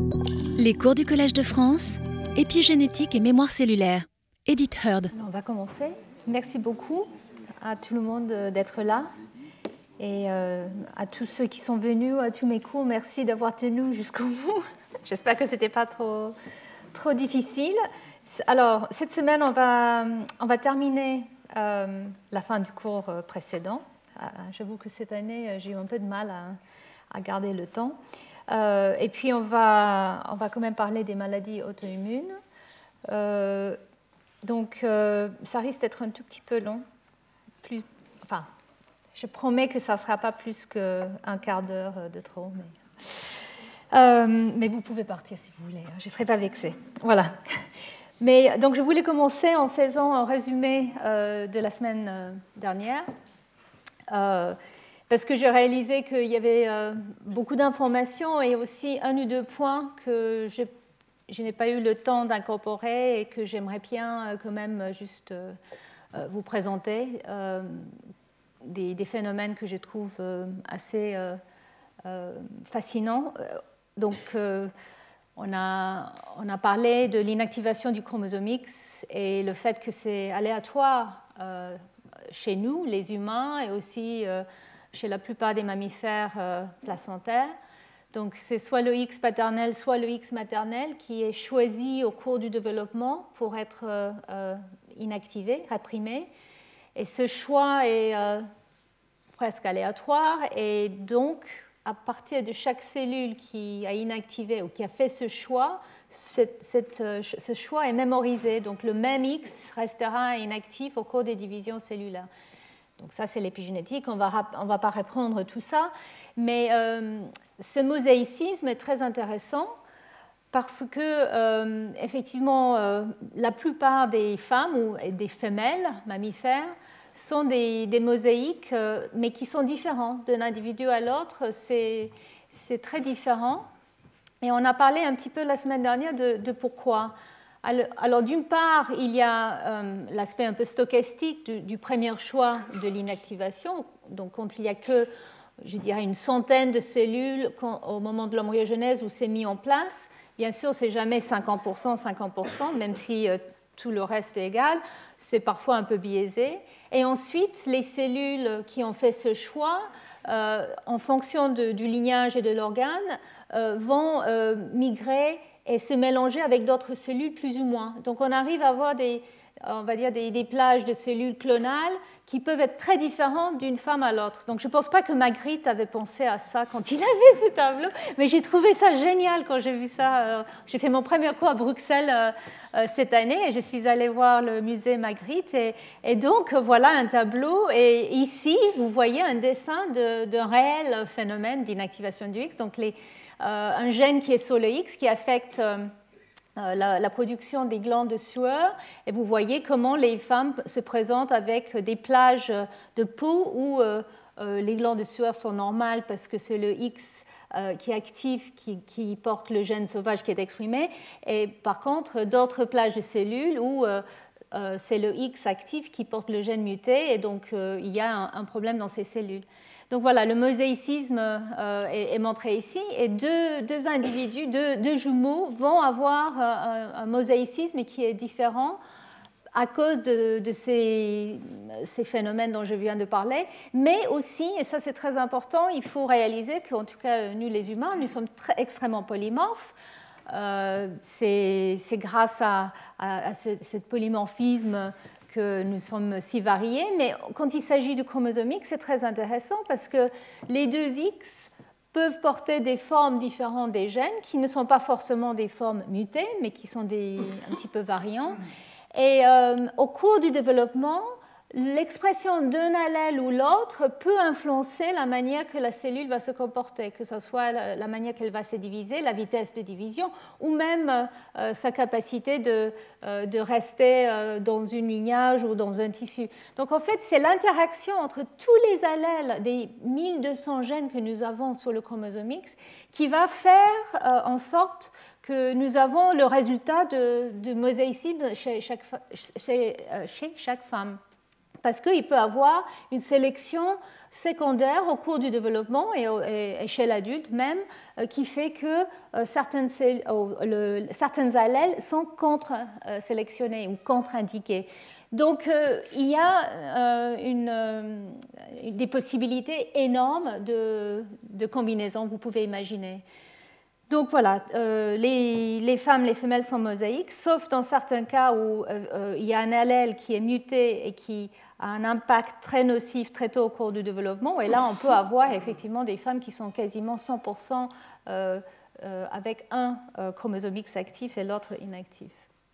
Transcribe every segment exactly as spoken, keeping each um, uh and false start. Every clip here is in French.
Les cours du Collège de France, épigénétique et mémoire cellulaire. Edith Heard. Alors, on va commencer. Merci beaucoup à tout le monde d'être là. Et euh, à tous ceux qui sont venus, à tous mes cours, merci d'avoir tenu jusqu'au bout. J'espère que ce n'était pas trop, trop difficile. Alors, cette semaine, on va, on va terminer euh, la fin du cours précédent. Euh, j'avoue que cette année, j'ai eu un peu de mal à, à garder le temps. Euh, et puis, on va, on va quand même parler des maladies auto-immunes. Euh, donc, euh, ça risque d'être un tout petit peu long. Plus, enfin, je promets que ça ne sera pas plus qu'un quart d'heure de trop. Mais, euh, mais vous pouvez partir si vous voulez. Hein, je ne serai pas vexée. Voilà. Mais, donc, je voulais commencer en faisant un résumé euh, de la semaine euh, dernière. Euh, parce que j'ai réalisé qu'il y avait euh, beaucoup d'informations et aussi un ou deux points que je, je n'ai pas eu le temps d'incorporer et que j'aimerais bien euh, quand même juste euh, vous présenter. Euh, des, des phénomènes que je trouve euh, assez euh, euh, fascinants. Donc, euh, on a, on a parlé de l'inactivation du chromosome X et le fait que c'est aléatoire euh, chez nous, les humains, et aussi euh, chez la plupart des mammifères euh, placentaires. Donc, c'est soit le X paternel, soit le X maternel qui est choisi au cours du développement pour être euh, euh, inactivé, réprimé. Et ce choix est euh, presque aléatoire, et donc, à partir de chaque cellule qui a inactivé ou qui a fait ce choix, cette, cette, ce choix est mémorisé. Donc, le même X restera inactif au cours des divisions cellulaires. Donc, ça, c'est l'épigénétique. On ne va, on va pas reprendre tout ça. Mais euh, ce mosaïcisme est très intéressant parce que, euh, effectivement, euh, la plupart des femmes ou des femelles mammifères sont des, des mosaïques, euh, mais qui sont différents d'un individu à l'autre. C'est, c'est très différent. Et on a parlé un petit peu la semaine dernière de, de pourquoi. Alors, alors, d'une part, il y a euh, l'aspect un peu stochastique du, du premier choix de l'inactivation. Donc, quand il n'y a que, je dirais, une centaine de cellules quand, au moment de l'embryogenèse où c'est mis en place, bien sûr, c'est jamais cinquante pour cent, cinquante pour cent, même si euh, tout le reste est égal. C'est parfois un peu biaisé. Et ensuite, les cellules qui ont fait ce choix, euh, en fonction de, du lignage et de l'organe, euh, vont euh, migrer et se mélanger avec d'autres cellules plus ou moins. Donc, on arrive à avoir des, on va dire des, des plages de cellules clonales qui peuvent être très différentes d'une femme à l'autre. Donc, je ne pense pas que Magritte avait pensé à ça quand il a vu ce tableau, mais j'ai trouvé ça génial quand j'ai vu ça. J'ai fait mon premier cours à Bruxelles euh, euh, cette année et je suis allée voir le musée Magritte. Et, et donc, voilà un tableau. Et ici, vous voyez un dessin de, d'un réel phénomène d'inactivation du X. Donc, les, euh, un gène qui est sur le X qui affecte euh, La, la production des glandes de sueur, et vous voyez comment les femmes se présentent avec des plages de peau où euh, euh, les glandes de sueur sont normales parce que c'est le X euh, qui est actif, qui, qui porte le gène sauvage qui est exprimé, et par contre d'autres plages de cellules où euh, euh, c'est le X actif qui porte le gène muté, et donc euh, il y a un, un problème dans ces cellules. Donc voilà, le mosaïcisme euh, est, est montré ici, et deux, deux individus, deux, deux jumeaux vont avoir un, un mosaïcisme qui est différent à cause de, de ces, ces phénomènes dont je viens de parler, mais aussi, et ça c'est très important, il faut réaliser qu'en tout cas nous les humains, nous sommes très, extrêmement polymorphes. Euh, c'est, c'est grâce à, à, à ce, ce polymorphisme que nous sommes si variés, mais quand il s'agit du chromosome X, c'est très intéressant parce que les deux X peuvent porter des formes différentes des gènes qui ne sont pas forcément des formes mutées, mais qui sont des, un petit peu variants. Et euh, au cours du développement, l'expression d'un allèle ou l'autre peut influencer la manière que la cellule va se comporter, que ce soit la manière qu'elle va se diviser, la vitesse de division, ou même euh, sa capacité de, euh, de rester euh, dans une lignage ou dans un tissu. Donc en fait, c'est l'interaction entre tous les allèles des mille deux cents gènes que nous avons sur le chromosome X qui va faire euh, en sorte que nous avons le résultat de, de mosaïcisme chez chaque, chez, euh, chez chaque femme. parce qu'il peut avoir une sélection secondaire au cours du développement et, et, et chez l'adulte même, euh, qui fait que euh, certaines, euh, le, certaines allèles sont contre-sélectionnés ou contre-indiqués. Donc, euh, il y a euh, une, euh, des possibilités énormes de, de combinaisons, vous pouvez imaginer. Donc voilà, euh, les, les femmes, les femelles sont mosaïques, sauf dans certains cas où euh, euh, il y a un allèle qui est muté et qui a un impact très nocif très tôt au cours du développement. Et là, on peut avoir effectivement des femmes qui sont quasiment cent pour cent euh, euh, avec un euh, chromosome X actif et l'autre inactif.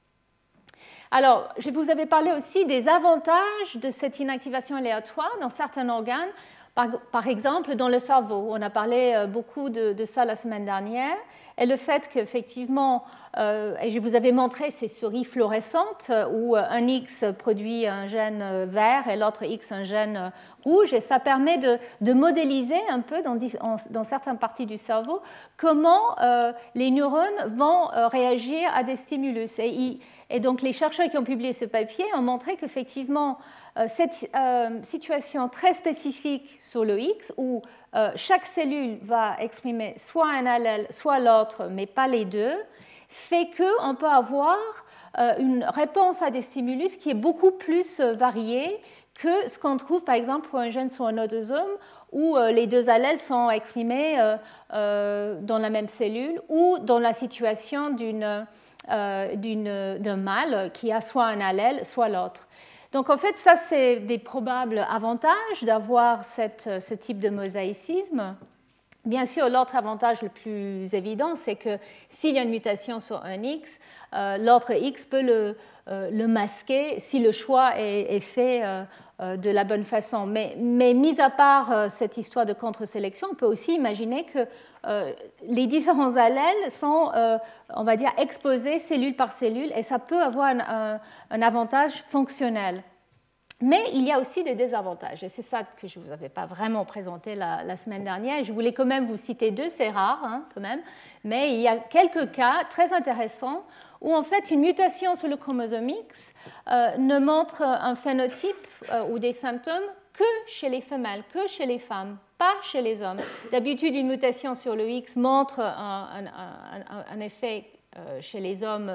Alors, je vous avais parlé aussi des avantages de cette inactivation aléatoire dans certains organes. Par, par exemple, dans le cerveau, on a parlé beaucoup de, de ça la semaine dernière, et le fait qu'effectivement, euh, et je vous avais montré ces souris fluorescentes où un X produit un gène vert et l'autre X un gène rouge, et ça permet de, de modéliser un peu dans, dans certaines parties du cerveau comment euh, les neurones vont euh, réagir à des stimulus. Et, il, et donc les chercheurs qui ont publié ce papier ont montré qu'effectivement, cette euh, situation très spécifique sur le X, où euh, chaque cellule va exprimer soit un allèle, soit l'autre, mais pas les deux, fait qu'on peut avoir euh, une réponse à des stimulus qui est beaucoup plus euh, variée que ce qu'on trouve, par exemple, pour un gène sur un autosome, où euh, les deux allèles sont exprimés euh, euh, dans la même cellule, ou dans la situation d'une, euh, d'une, d'un mâle qui a soit un allèle, soit l'autre. Donc en fait, ça, c'est des probables avantages d'avoir cette, ce type de mosaïcisme. Bien sûr, l'autre avantage le plus évident, c'est que s'il y a une mutation sur un X, euh, l'autre X peut le, euh, le masquer si le choix est, est fait euh, euh, de la bonne façon. Mais, mais mis à part euh, cette histoire de contre-sélection, on peut aussi imaginer que euh, les différents allèles sont, euh, on va dire, exposés cellule par cellule, et ça peut avoir un, un, un avantage fonctionnel. Mais il y a aussi des désavantages, et c'est ça que je ne vous avais pas vraiment présenté la, la semaine dernière. Je voulais quand même vous citer deux, c'est rare hein, quand même, mais il y a quelques cas très intéressants où en fait une mutation sur le chromosome X euh, ne montre un phénotype euh, ou des symptômes que chez les femelles, que chez les femmes, pas chez les hommes. D'habitude, une mutation sur le X montre un, un, un, un effet chez les hommes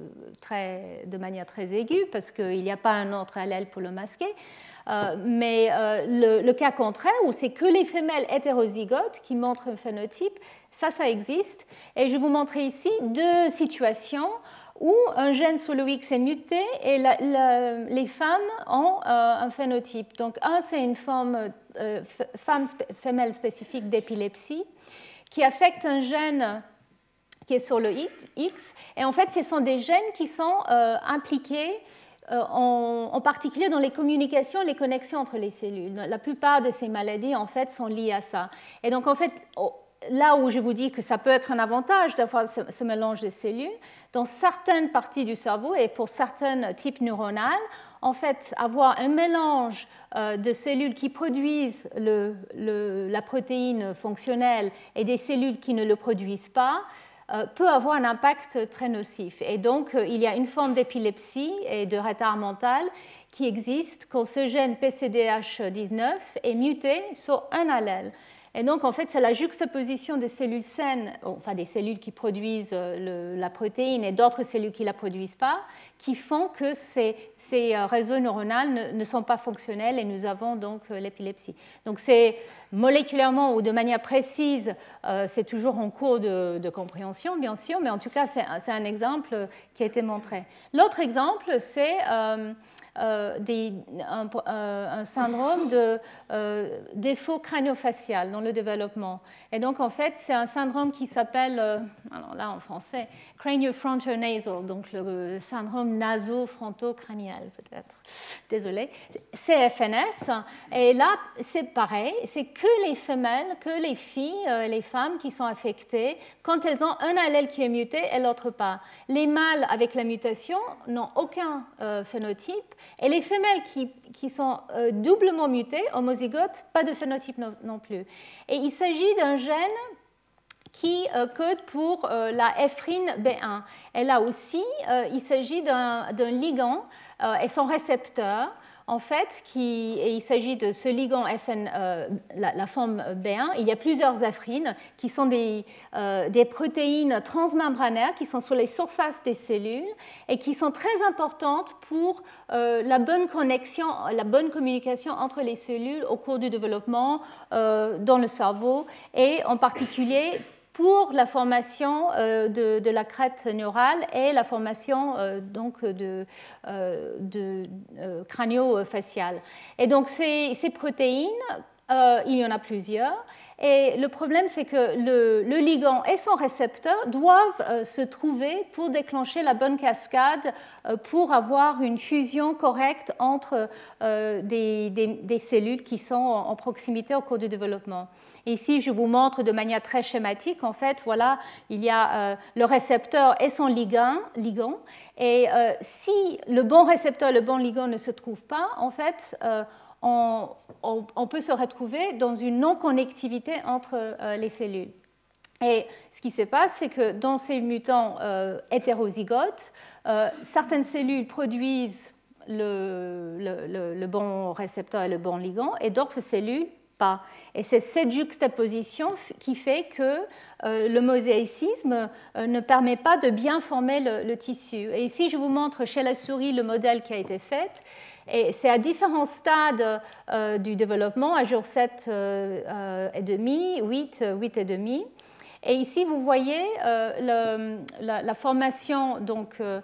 très, de manière très aiguë, parce qu'il n'y a pas un autre allèle pour le masquer. Euh, mais euh, le, le cas contraire, où c'est que les femelles hétérozygotes qui montrent un phénotype, ça, ça existe. Et je vais vous montrer ici deux situations où un gène sur le X est muté et la, la, les femmes ont euh, un phénotype. Donc, un, c'est une forme euh, femme, femelle spécifique d'épilepsie qui affecte un gène qui est sur le X. Et en fait, ce sont des gènes qui sont euh, impliqués euh, en, en particulier dans les communications, les connexions entre les cellules. La plupart de ces maladies, en fait, sont liées à ça. Et donc, en fait, là où je vous dis que ça peut être un avantage d'avoir ce, ce mélange de cellules, dans certaines parties du cerveau et pour certains types neuronaux, en fait, avoir un mélange euh, de cellules qui produisent le, le, la protéine fonctionnelle et des cellules qui ne le produisent pas, peut avoir un impact très nocif. Et donc, il y a une forme d'épilepsie et de retard mental qui existe quand ce gène P C D H dix-neuf est muté sur un allèle. Et donc, en fait, c'est la juxtaposition des cellules saines, enfin des cellules qui produisent le, la protéine et d'autres cellules qui ne la produisent pas, qui font que ces, ces réseaux neuronaux ne, ne sont pas fonctionnels et nous avons donc l'épilepsie. Donc, c'est moléculairement ou de manière précise, euh, c'est toujours en cours de, de compréhension, bien sûr, mais en tout cas, c'est, c'est un exemple qui a été montré. L'autre exemple, c'est euh, Euh, des, un, euh, un syndrome de euh, défaut crânio-facial dans le développement. Et donc, en fait, c'est un syndrome qui s'appelle, euh, alors là en français, crânio-frontonasal, donc le syndrome naso-fronto-crânial, peut-être. Désolée. C F N S. Et là, c'est pareil, c'est que les femelles, que les filles, euh, les femmes qui sont affectées quand elles ont un allèle qui est muté et l'autre pas. Les mâles avec la mutation n'ont aucun euh, phénotype. Et les femelles qui, qui sont euh, doublement mutées, homozygotes, pas de phénotype non, non plus. Et il s'agit d'un gène qui euh, code pour euh, la éphrine B un. Et là aussi, euh, il s'agit d'un, d'un ligand euh, et son récepteur, en fait, qui, et il s'agit de ce ligand F N, euh, la, la forme B un, il y a plusieurs éphrines qui sont des, euh, des protéines transmembranaires qui sont sur les surfaces des cellules et qui sont très importantes pour euh, la bonne connexion, la bonne communication entre les cellules au cours du développement euh, dans le cerveau et en particulier pour la formation euh, de, de la crête neurale et la formation euh, donc de, euh, de euh, crânio-faciale. Et donc ces, ces protéines, euh, il y en a plusieurs. Et le problème, c'est que le, le ligand et son récepteur doivent euh, se trouver pour déclencher la bonne cascade, euh, pour avoir une fusion correcte entre euh, des, des, des cellules qui sont en, en proximité au cours du développement. Et ici, je vous montre de manière très schématique, en fait, voilà, il y a euh, le récepteur et son ligand, ligand et euh, si le bon récepteur et le bon ligand ne se trouvent pas, en fait, euh, on, on, on peut se retrouver dans une non-connectivité entre euh, les cellules. Et ce qui se passe, c'est que dans ces mutants euh, hétérozygotes, euh, certaines cellules produisent le, le, le, le bon récepteur et le bon ligand, et d'autres cellules pas. Et c'est cette juxtaposition qui fait que euh, le mosaïcisme euh, ne permet pas de bien former le, le tissu. Et ici, je vous montre chez la souris le modèle qui a été fait. Et c'est à différents stades euh, du développement, à jour sept euh, euh, et demi, huit, huit et demi. Et ici, vous voyez euh, le, la, la formation donc, euh,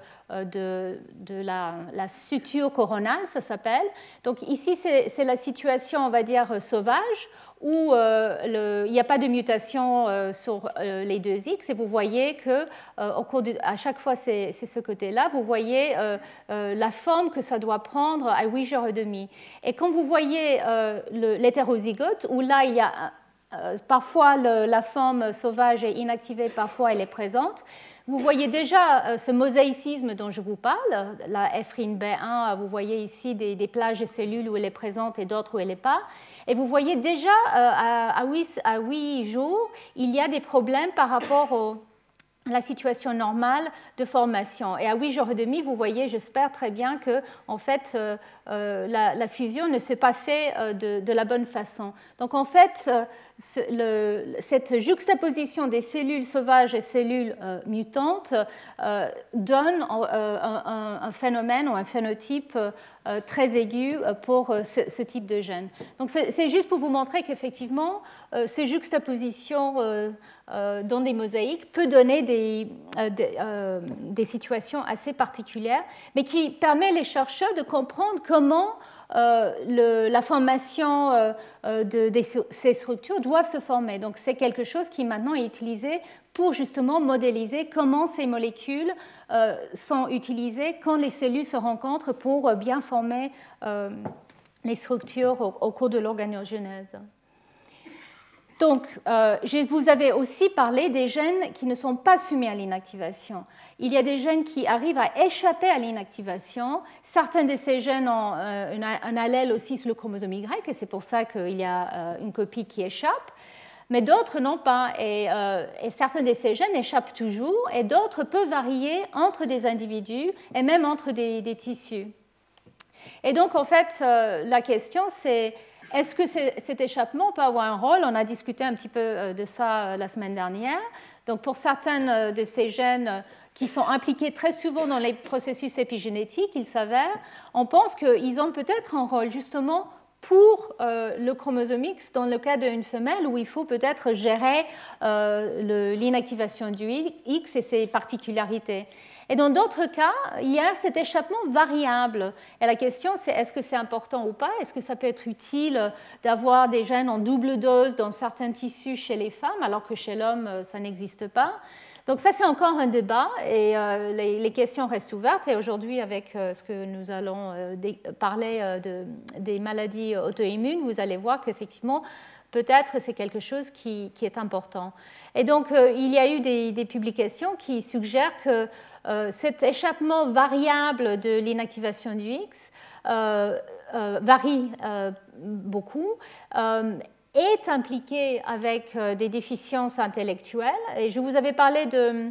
de, de la, la suture coronale, ça s'appelle. Donc ici, c'est, c'est la situation, on va dire, sauvage, où euh, le, il n'y a pas de mutation euh, sur euh, les deux X. Et vous voyez que, euh, au cours de, à chaque fois, c'est, c'est ce côté-là, vous voyez euh, euh, la forme que ça doit prendre à huit jours et demi. Et quand vous voyez euh, le, l'hétérozygote, où là, il y a Euh, parfois le, la forme sauvage est inactivée, parfois elle est présente. Vous voyez déjà euh, ce mosaïcisme dont je vous parle, la éphrine B un, vous voyez ici des, des plages de cellules où elle est présente et d'autres où elle n'est pas. Et vous voyez déjà euh, à, à huit jours, il y a des problèmes par rapport au la situation normale de formation. Et à huit jours et demi, vous voyez, j'espère très bien que en fait, euh, euh, la, la fusion ne s'est pas faite euh, de, de la bonne façon. Donc en fait, euh, ce, le, cette juxtaposition des cellules sauvages et cellules euh, mutantes euh, donne euh, un, un, un phénomène ou un phénotype euh, très aigu pour euh, ce, ce type de gène. Donc c'est, c'est juste pour vous montrer qu'effectivement, euh, ces juxtapositions euh, euh, dans des mosaïques peut donner des, euh, des, euh, des situations assez particulières, mais qui permet les chercheurs de comprendre comment euh, le, la formation euh, de, de ces structures doivent se former. Donc c'est quelque chose qui maintenant est utilisé pour justement modéliser comment ces molécules euh, sont utilisées quand les cellules se rencontrent pour bien former euh, les structures au, au cours de l'organogenèse. Donc, euh, je vous avais aussi parlé des gènes qui ne sont pas soumis à l'inactivation. Il y a des gènes qui arrivent à échapper à l'inactivation. Certains de ces gènes ont euh, un allèle aussi sur le chromosome Y, et c'est pour ça qu'il y a euh, une copie qui échappe. Mais d'autres non pas. Et, euh, et certains de ces gènes échappent toujours, et d'autres peuvent varier entre des individus et même entre des, des tissus. Et donc, en fait, euh, la question, c'est est-ce que cet échappement peut avoir un rôle? On a discuté un petit peu de ça la semaine dernière. Donc, pour certains de ces gènes qui sont impliqués très souvent dans les processus épigénétiques, il s'avère, on pense qu'ils ont peut-être un rôle justement pour euh, le chromosome X dans le cas d'une femelle où il faut peut-être gérer euh, le, l'inactivation du X et ses particularités. Et dans d'autres cas, il y a cet échappement variable. Et la question, c'est est-ce que c'est important ou pas? Est-ce que ça peut être utile d'avoir des gènes en double dose dans certains tissus chez les femmes, alors que chez l'homme, ça n'existe pas? Donc ça, c'est encore un débat, et euh, les, les questions restent ouvertes. Et aujourd'hui, avec euh, ce que nous allons euh, dé- parler euh, de, des maladies auto-immunes, vous allez voir qu'effectivement, peut-être c'est quelque chose qui, qui est important. Et donc, euh, il y a eu des, des publications qui suggèrent que euh, cet échappement variable de l'inactivation du X euh, euh, varie euh, beaucoup, euh, est impliqué avec euh, des déficiences intellectuelles. Et je vous avais parlé de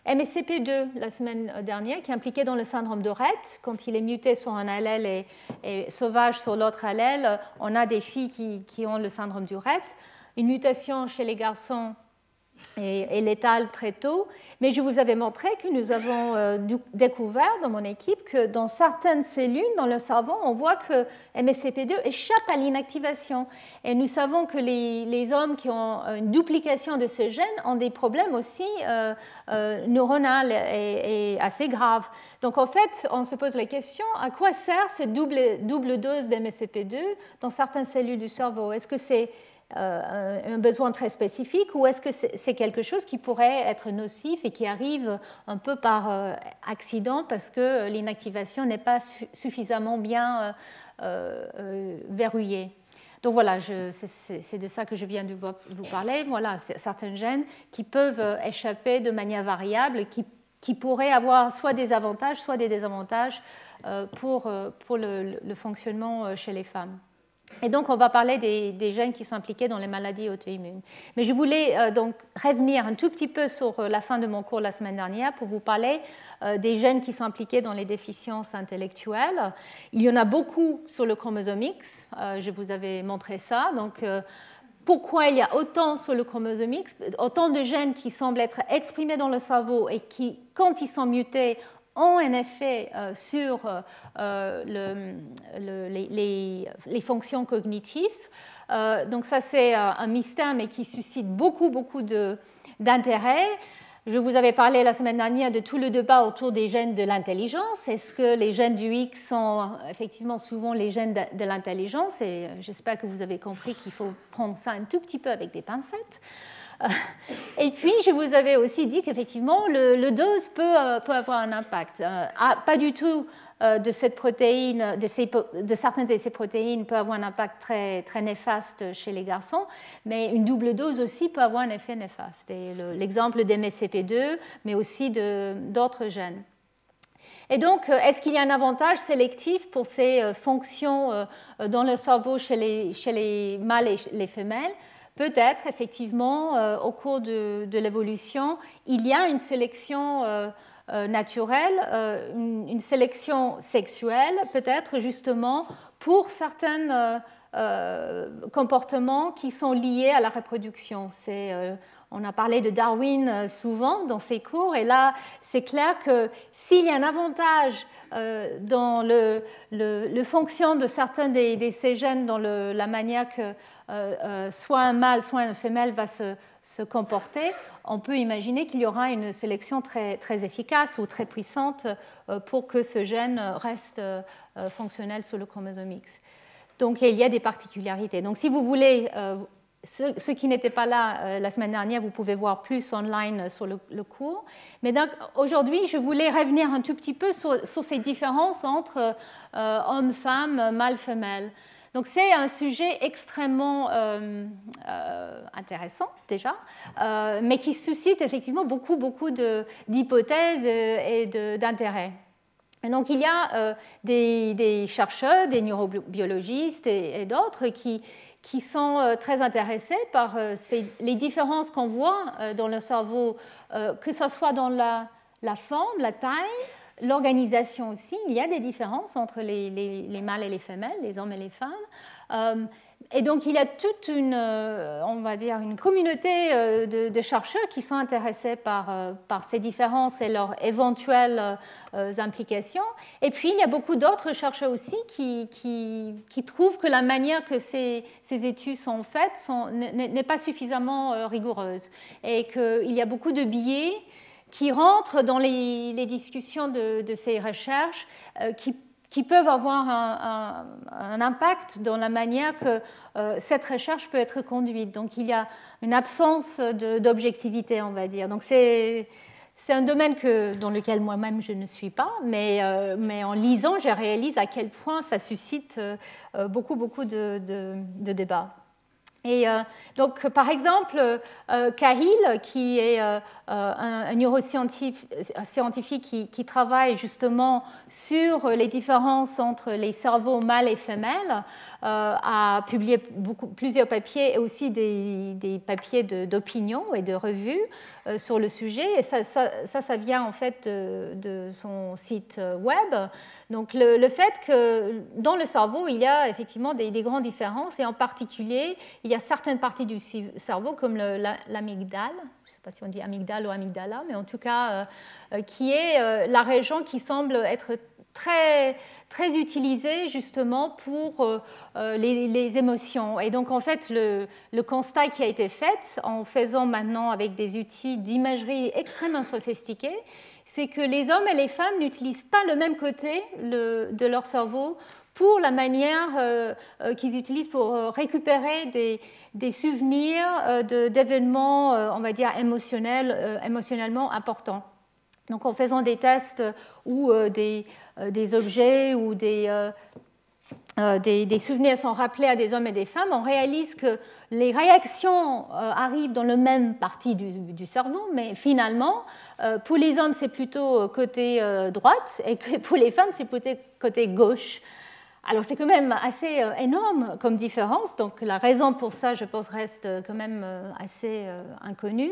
M S C P deux la semaine dernière, qui est impliqué dans le syndrome de Rett. Quand il est muté sur un allèle et, et sauvage sur l'autre allèle, on a des filles qui, qui ont le syndrome du Rett. Une mutation chez les garçons est, est létale très tôt. Mais je vous avais montré que nous avons euh, découvert dans mon équipe que dans certaines cellules dans le cerveau, on voit que M S C P deux échappe à l'inactivation. Et nous savons que les, les hommes qui ont une duplication de ce gène ont des problèmes aussi euh, euh, neuronaux et, et assez graves. Donc en fait, on se pose la question, à quoi sert cette double, double dose d'M S C P deux dans certaines cellules du cerveau? Est-ce que c'est Euh, un besoin très spécifique ou est-ce que c'est quelque chose qui pourrait être nocif et qui arrive un peu par euh, accident parce que l'inactivation n'est pas su suffisamment bien euh, euh, verrouillée? Donc voilà, c'est de ça que je viens de vous parler. Voilà, certains gènes qui peuvent échapper de manière variable, qui, qui pourraient avoir soit des avantages, soit des désavantages euh, pour, pour le, le fonctionnement chez les femmes. Et donc, on va parler des, des gènes qui sont impliqués dans les maladies auto-immunes. Mais je voulais euh, donc revenir un tout petit peu sur la fin de mon cours la semaine dernière pour vous parler euh, des gènes qui sont impliqués dans les déficiences intellectuelles. Il y en a beaucoup sur le chromosome X. Euh, je vous avais montré ça. Donc, euh, pourquoi il y a autant sur le chromosome X, autant de gènes qui semblent être exprimés dans le cerveau et qui, quand ils sont mutés, ont un effet euh, sur euh, le, le, les, les, les fonctions cognitives. Euh, donc ça, c'est un mystère, mais qui suscite beaucoup, beaucoup d'intérêt. Je vous avais parlé la semaine dernière de tout le débat autour des gènes de l'intelligence. Est-ce que les gènes du X sont effectivement souvent les gènes de, de l'intelligence? Et j'espère que vous avez compris qu'il faut prendre ça un tout petit peu avec des pincettes. Et puis, je vous avais aussi dit qu'effectivement, le, le dose peut, euh, peut avoir un impact. Euh, pas du tout euh, de cette protéine, de, ces, de certaines de ces protéines peut avoir un impact très, très néfaste chez les garçons, mais une double dose aussi peut avoir un effet néfaste. Et l'exemple d'M S C P deux, mais aussi d'autres gènes. Et donc, est-ce qu'il y a un avantage sélectif pour ces fonctions dans le cerveau chez les, chez les mâles et les femelles? Peut-être, effectivement, euh, au cours de, de l'évolution, il y a une sélection euh, euh, naturelle, euh, une, une sélection sexuelle, peut-être justement pour certains euh, euh, comportements qui sont liés à la reproduction. C'est, euh, on a parlé de Darwin souvent dans ses cours, et là, c'est clair que s'il y a un avantage euh, dans le, le, le fonction de certains de, de ces gènes, dans le, la manière que Euh, euh, soit un mâle, soit une femelle va se, se comporter, on peut imaginer qu'il y aura une sélection très, très efficace ou très puissante euh, pour que ce gène reste euh, fonctionnel sur le chromosome X. Donc il y a des particularités. Donc si vous voulez, euh, ceux, ceux qui n'étaient pas là euh, la semaine dernière, vous pouvez voir plus online sur le, le cours. Mais donc aujourd'hui, je voulais revenir un tout petit peu sur, sur ces différences entre euh, hommes, femmes, mâles, femelles. Donc c'est un sujet extrêmement euh, euh, intéressant déjà, euh, mais qui suscite effectivement beaucoup, beaucoup d'hypothèses et d'intérêts. Et donc il y a euh, des, des chercheurs, des neurobiologistes et, et d'autres qui, qui sont euh, très intéressés par euh, ces, les différences qu'on voit euh, dans le cerveau, euh, que ce soit dans la, la forme, la taille, l'organisation aussi. Il y a des différences entre les, les, les mâles et les femelles, les hommes et les femmes. Euh, et donc, il y a toute une, euh, on va dire, une communauté euh, de, de chercheurs qui sont intéressés par, euh, par ces différences et leurs éventuelles euh, implications. Et puis, il y a beaucoup d'autres chercheurs aussi qui, qui, qui trouvent que la manière que ces, ces études sont faites n'est pas suffisamment euh, rigoureuse et qu'il y a beaucoup de biais qui rentrent dans les, les discussions de, de ces recherches, euh, qui, qui peuvent avoir un, un, un impact dans la manière que euh, cette recherche peut être conduite. Donc il y a une absence d'objectivité, on va dire. Donc c'est un domaine que, dans lequel moi-même je ne suis pas, mais, euh, mais en lisant, je réalise à quel point ça suscite euh, beaucoup, beaucoup de, de, de débats. Et euh, donc, par exemple, euh, Cahill, qui est euh, un, un neuroscientifique scientifique qui, qui travaille justement sur les différences entre les cerveaux mâles et femelles, euh, a publié beaucoup, plusieurs papiers et aussi des, des papiers de, d'opinion et de revues euh, sur le sujet. Et ça, ça, ça, ça vient en fait de, de son site web. Donc, le, le fait que dans le cerveau, il y a effectivement des, des grandes différences, et en particulier, il y a certaines parties du cerveau, comme le, la, l'amygdale, je ne sais pas si on dit amygdale ou amygdala, mais en tout cas, euh, qui est euh, la région qui semble être très, très utilisée justement pour euh, les, les émotions. Et donc, en fait, le, le constat qui a été fait en faisant maintenant avec des outils d'imagerie extrêmement sophistiqués, c'est que les hommes et les femmes n'utilisent pas le même côté le, de leur cerveau pour la manière euh, euh, qu'ils utilisent pour euh, récupérer des, des souvenirs euh, de, d'événements, euh, on va dire, émotionnels, euh, émotionnellement importants. Donc, en faisant des tests où euh, des, euh, des objets ou des, euh, euh, des, des souvenirs sont rappelés à des hommes et des femmes, on réalise que les réactions euh, arrivent dans la même partie du, du cerveau, mais finalement, euh, pour les hommes, c'est plutôt côté euh, droite, et que pour les femmes, c'est plutôt côté gauche. Alors, c'est quand même assez euh, énorme comme différence, donc la raison pour ça, je pense, reste quand même euh, assez euh, inconnue.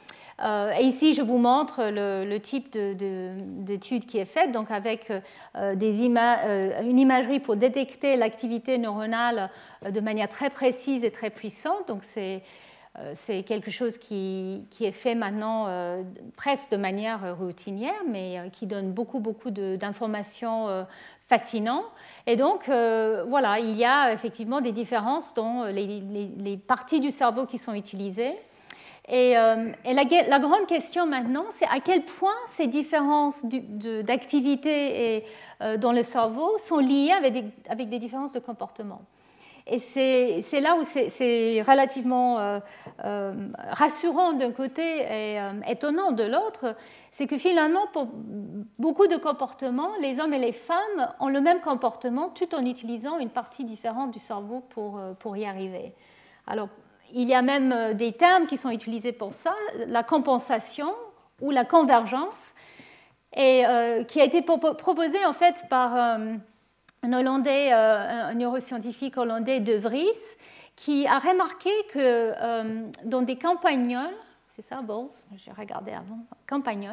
Euh, et ici, je vous montre le, le type de, de, d'étude qui est faite, donc avec euh, des ima- euh, une imagerie pour détecter l'activité neuronale euh, de manière très précise et très puissante. Donc, c'est, euh, c'est quelque chose qui, qui est fait maintenant euh, presque de manière routinière, mais euh, qui donne beaucoup, beaucoup de, d'informations euh, fascinantes. Et donc, euh, voilà, il y a effectivement des différences dans les, les, les parties du cerveau qui sont utilisées. Et, euh, et la, la grande question maintenant, c'est à quel point ces différences du, de, d'activité et, euh, dans le cerveau sont liées avec des, avec des différences de comportement. Et c'est, c'est là où c'est, c'est relativement euh, euh, rassurant d'un côté et euh, étonnant de l'autre, c'est que finalement, pour beaucoup de comportements, les hommes et les femmes ont le même comportement tout en utilisant une partie différente du cerveau pour, pour y arriver. Alors, il y a même des termes qui sont utilisés pour ça, la compensation ou la convergence, et euh, qui a été proposé en fait par euh, un Hollandais, euh, un neuroscientifique hollandais De Vries, qui a remarqué que euh, dans des campagnols, c'est ça, Bowles, j'ai regardé avant, campagnols,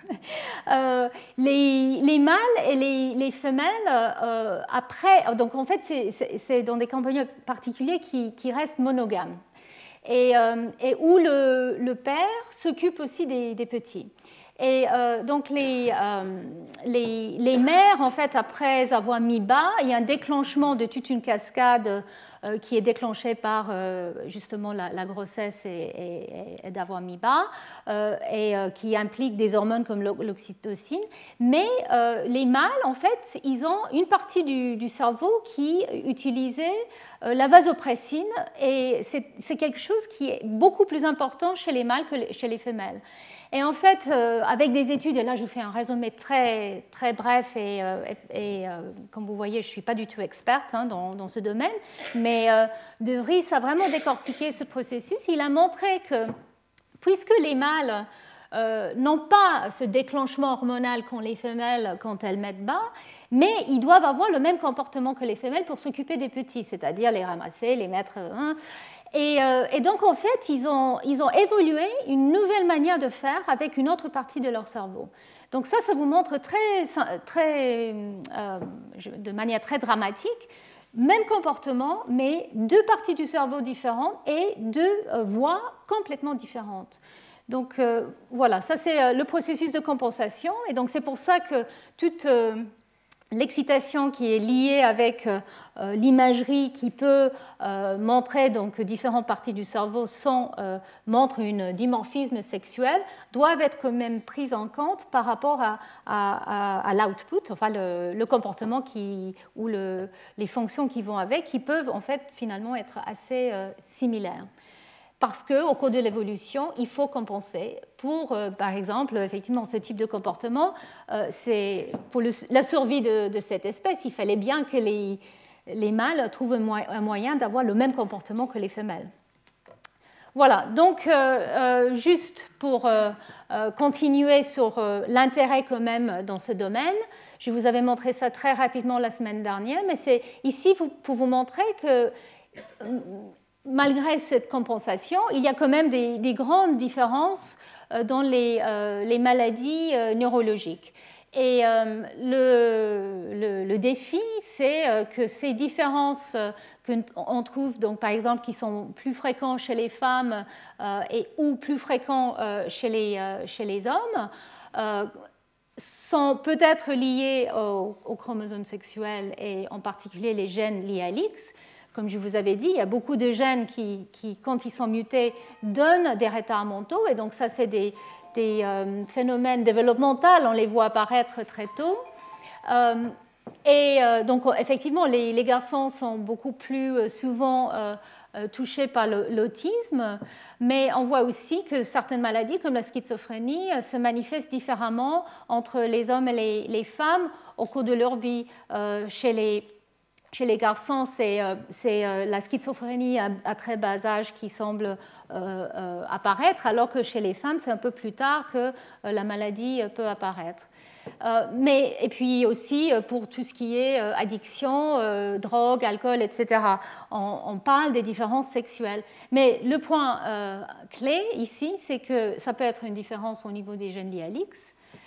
euh, les, les mâles et les, les femelles, euh, après, donc en fait c'est, c'est, c'est dans des campagnols particuliers qui, qui restent monogames. Et, euh, et où le, le père s'occupe aussi des, des petits. Et euh, donc les, euh, les, les mères, en fait, après avoir mis bas, il y a un déclenchement de toute une cascade euh, qui est déclenchée par euh, justement la, la grossesse et, et, et d'avoir mis bas, euh, et euh, qui implique des hormones comme l'oxytocine. Mais euh, les mâles, en fait, ils ont une partie du, du cerveau qui utilisait euh, la vasopressine, et c'est, c'est quelque chose qui est beaucoup plus important chez les mâles que chez les femelles. Et en fait, euh, avec des études, et là je vous fais un résumé très, très bref, et, euh, et, et euh, comme vous voyez, je ne suis pas du tout experte hein, dans, dans ce domaine, mais euh, De Vries a vraiment décortiqué ce processus. Il a montré que, puisque les mâles euh, n'ont pas ce déclenchement hormonal qu'ont les femelles quand elles mettent bas, mais ils doivent avoir le même comportement que les femelles pour s'occuper des petits, c'est-à-dire les ramasser, les mettre... Hein, Et, euh, et donc, en fait, ils ont, ils ont évolué une nouvelle manière de faire avec une autre partie de leur cerveau. Donc ça, ça vous montre très, très, euh, de manière très dramatique, même comportement, mais deux parties du cerveau différentes et deux euh, voies complètement différentes. Donc euh, voilà, ça c'est le processus de compensation. Et donc c'est pour ça que toute... Euh, l'excitation qui est liée avec euh, l'imagerie qui peut euh, montrer donc différentes parties du cerveau sans euh, montre un dimorphisme sexuel doivent être quand même prises en compte par rapport à, à, à, à l'output, enfin le, le comportement qui, ou le, les fonctions qui vont avec, qui peuvent en fait finalement être assez euh, similaires. Parce qu'au cours de l'évolution, il faut compenser. Pour, euh, par exemple, effectivement, ce type de comportement, euh, c'est pour le, la survie de, de cette espèce, il fallait bien que les, les mâles trouvent un moyen d'avoir le même comportement que les femelles. voilà, donc euh, euh, juste pour euh, euh, continuer sur euh, l'intérêt quand même dans ce domaine, je vous avais montré ça très rapidement la semaine dernière, mais c'est ici pour vous montrer que malgré cette compensation, il y a quand même des, des grandes différences euh, dans les, euh, les maladies euh, neurologiques. Et euh, le, le, le défi, c'est euh, que ces différences euh, qu'on trouve, donc, par exemple, qui sont plus fréquents chez les femmes euh, et, ou plus fréquents euh, chez, les, euh, chez les hommes, euh, sont peut-être liés aux, aux chromosomes sexuels et en particulier les gènes liés à l'X. Comme je vous avais dit, il y a beaucoup de gènes qui, qui quand ils sont mutés, donnent des retards mentaux. Et donc, ça, c'est des, des euh, phénomènes développementaux. On les voit apparaître très tôt. Euh, et euh, donc, effectivement, les, les garçons sont beaucoup plus souvent euh, touchés par l'autisme. Mais on voit aussi que certaines maladies, comme la schizophrénie, se manifestent différemment entre les hommes et les, les femmes au cours de leur vie. Euh, chez les Chez les garçons, c'est euh, la schizophrénie à, à très bas âge qui semble euh, euh, apparaître, alors que chez les femmes, c'est un peu plus tard que euh, la maladie peut apparaître. Euh, mais, et puis aussi pour tout ce qui est euh, addiction, euh, drogue, alcool, et cetera. On, on parle des différences sexuelles. Mais le point euh, clé ici, c'est que ça peut être une différence au niveau des gènes liés à l'X.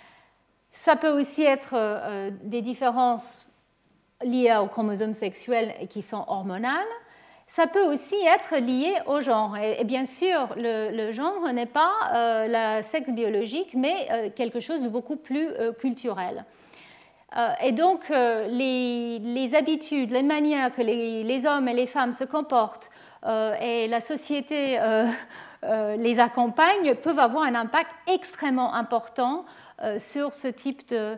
Ça peut aussi être euh, des différences liées aux chromosomes sexuels et qui sont hormonales. Ça peut aussi être lié au genre. Et, et bien sûr, le, le genre n'est pas euh, le sexe biologique, mais euh, quelque chose de beaucoup plus euh, culturel. Euh, et donc, euh, les, les habitudes, les manières que les, les hommes et les femmes se comportent euh, et la société euh, euh, les accompagne peuvent avoir un impact extrêmement important euh, sur ce type de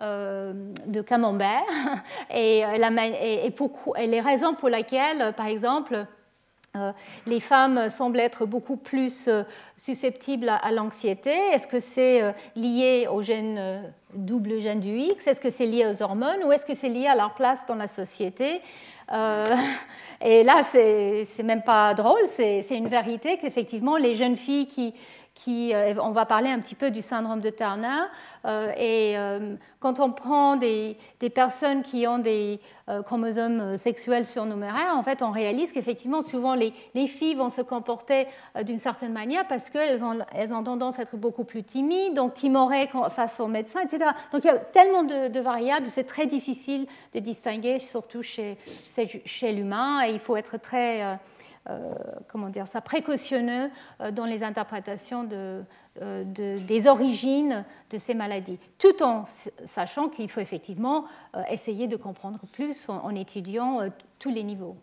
de camembert et, la, et, et, pour, et les raisons pour lesquelles, par exemple, euh, les femmes semblent être beaucoup plus euh, susceptibles à, à l'anxiété. Est-ce que c'est euh, lié au gène, euh, double gène du X? Est-ce que c'est lié aux hormones ou est-ce que c'est lié à leur place dans la société? euh, Et là, c'est même pas drôle, c'est une vérité qu'effectivement, les jeunes filles qui Qui, euh, on va parler un petit peu du syndrome de Turner. Euh, et euh, quand on prend des, des personnes qui ont des euh, chromosomes sexuels surnuméraires, en fait, on réalise qu'effectivement, souvent, les, les filles vont se comporter euh, d'une certaine manière parce qu'elles ont, elles ont tendance à être beaucoup plus timides, donc timorées face aux médecins, et cetera. Donc, il y a tellement de, de variables, c'est très difficile de distinguer, surtout chez, chez, chez l'humain, et il faut être très... Euh, Euh, comment dire ça, précautionneux euh, dans les interprétations de, euh, de, des origines de ces maladies, tout en sachant qu'il faut effectivement euh, essayer de comprendre plus en, en étudiant euh, tous les niveaux.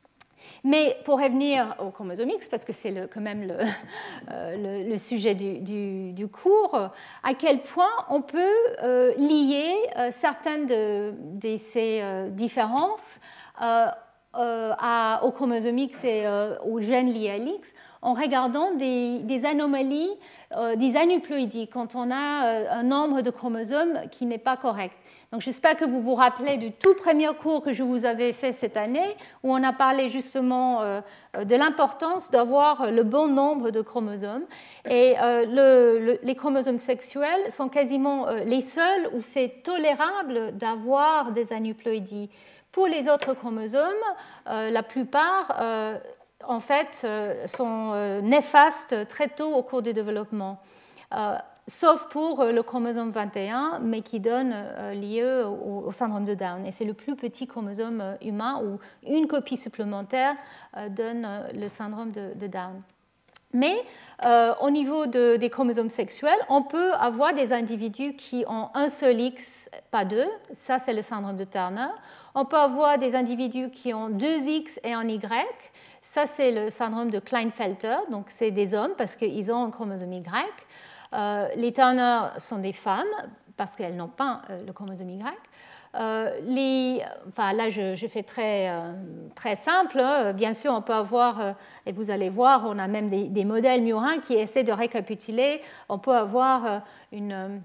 Mais pour revenir au chromosome X, parce que c'est quand même le, euh, le, le sujet du, du, du cours, à quel point on peut euh, lier euh, certaines de, de ces euh, différences euh, Euh, à, au chromosome X et euh, aux gènes liés à l'X en regardant des, des anomalies, euh, des aneuploïdies, quand on a euh, un nombre de chromosomes qui n'est pas correct. Donc j'espère que vous vous rappelez du tout premier cours que je vous avais fait cette année, où on a parlé justement euh, de l'importance d'avoir le bon nombre de chromosomes. Et euh, le, le, les chromosomes sexuels sont quasiment euh, les seuls où c'est tolérable d'avoir des aneuploïdies. Pour les autres chromosomes, euh, la plupart, euh, en fait, euh, sont euh, néfastes très tôt au cours du développement, euh, sauf pour euh, le chromosome vingt et un, mais qui donne euh, lieu au, au syndrome de Down. Et c'est le plus petit chromosome euh, humain où une copie supplémentaire euh, donne euh, le syndrome de, de Down. Mais euh, au niveau de, des chromosomes sexuels, on peut avoir des individus qui ont un seul X, pas deux. Ça, c'est le syndrome de Turner. On peut avoir des individus qui ont deux X et un Y. Ça, c'est le syndrome de Klinefelter. Donc, c'est des hommes parce qu'ils ont un chromosome Y. Euh, les Turner sont des femmes parce qu'elles n'ont pas euh, le chromosome Y. Euh, les, enfin, là, je, je fais très, euh, très simple. Hein. Bien sûr, on peut avoir, euh, et vous allez voir, on a même des, des modèles murins qui essaient de récapituler. On peut avoir euh, une,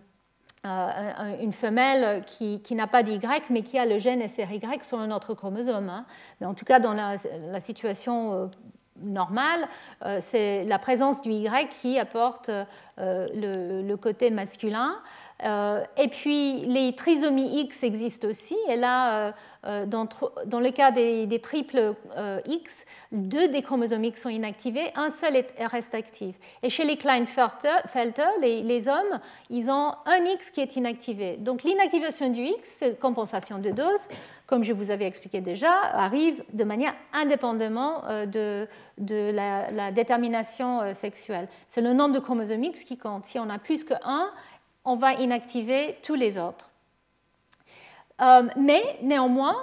euh, une femelle qui, qui n'a pas d'Y, mais qui a le gène S R Y sur un autre chromosome. Hein. Mais en tout cas, dans la, la situation euh, normal, euh, c'est la présence du Y qui apporte euh, le, le côté masculin. Euh, et puis, les trisomies X existent aussi. Et là, euh, dans, dans le cas des, des triples euh, X, deux des chromosomes X sont inactivés, un seul est, reste actif. Et chez les Klinefelter, les, les hommes, ils ont un X qui est inactivé. Donc, l'inactivation du X, c'est compensation de dose, comme je vous avais expliqué déjà, arrive de manière indépendamment euh, de, de la, la détermination euh, sexuelle. C'est le nombre de chromosomes X qui compte. Si on a plus que un, on va inactiver tous les autres. Euh, mais néanmoins,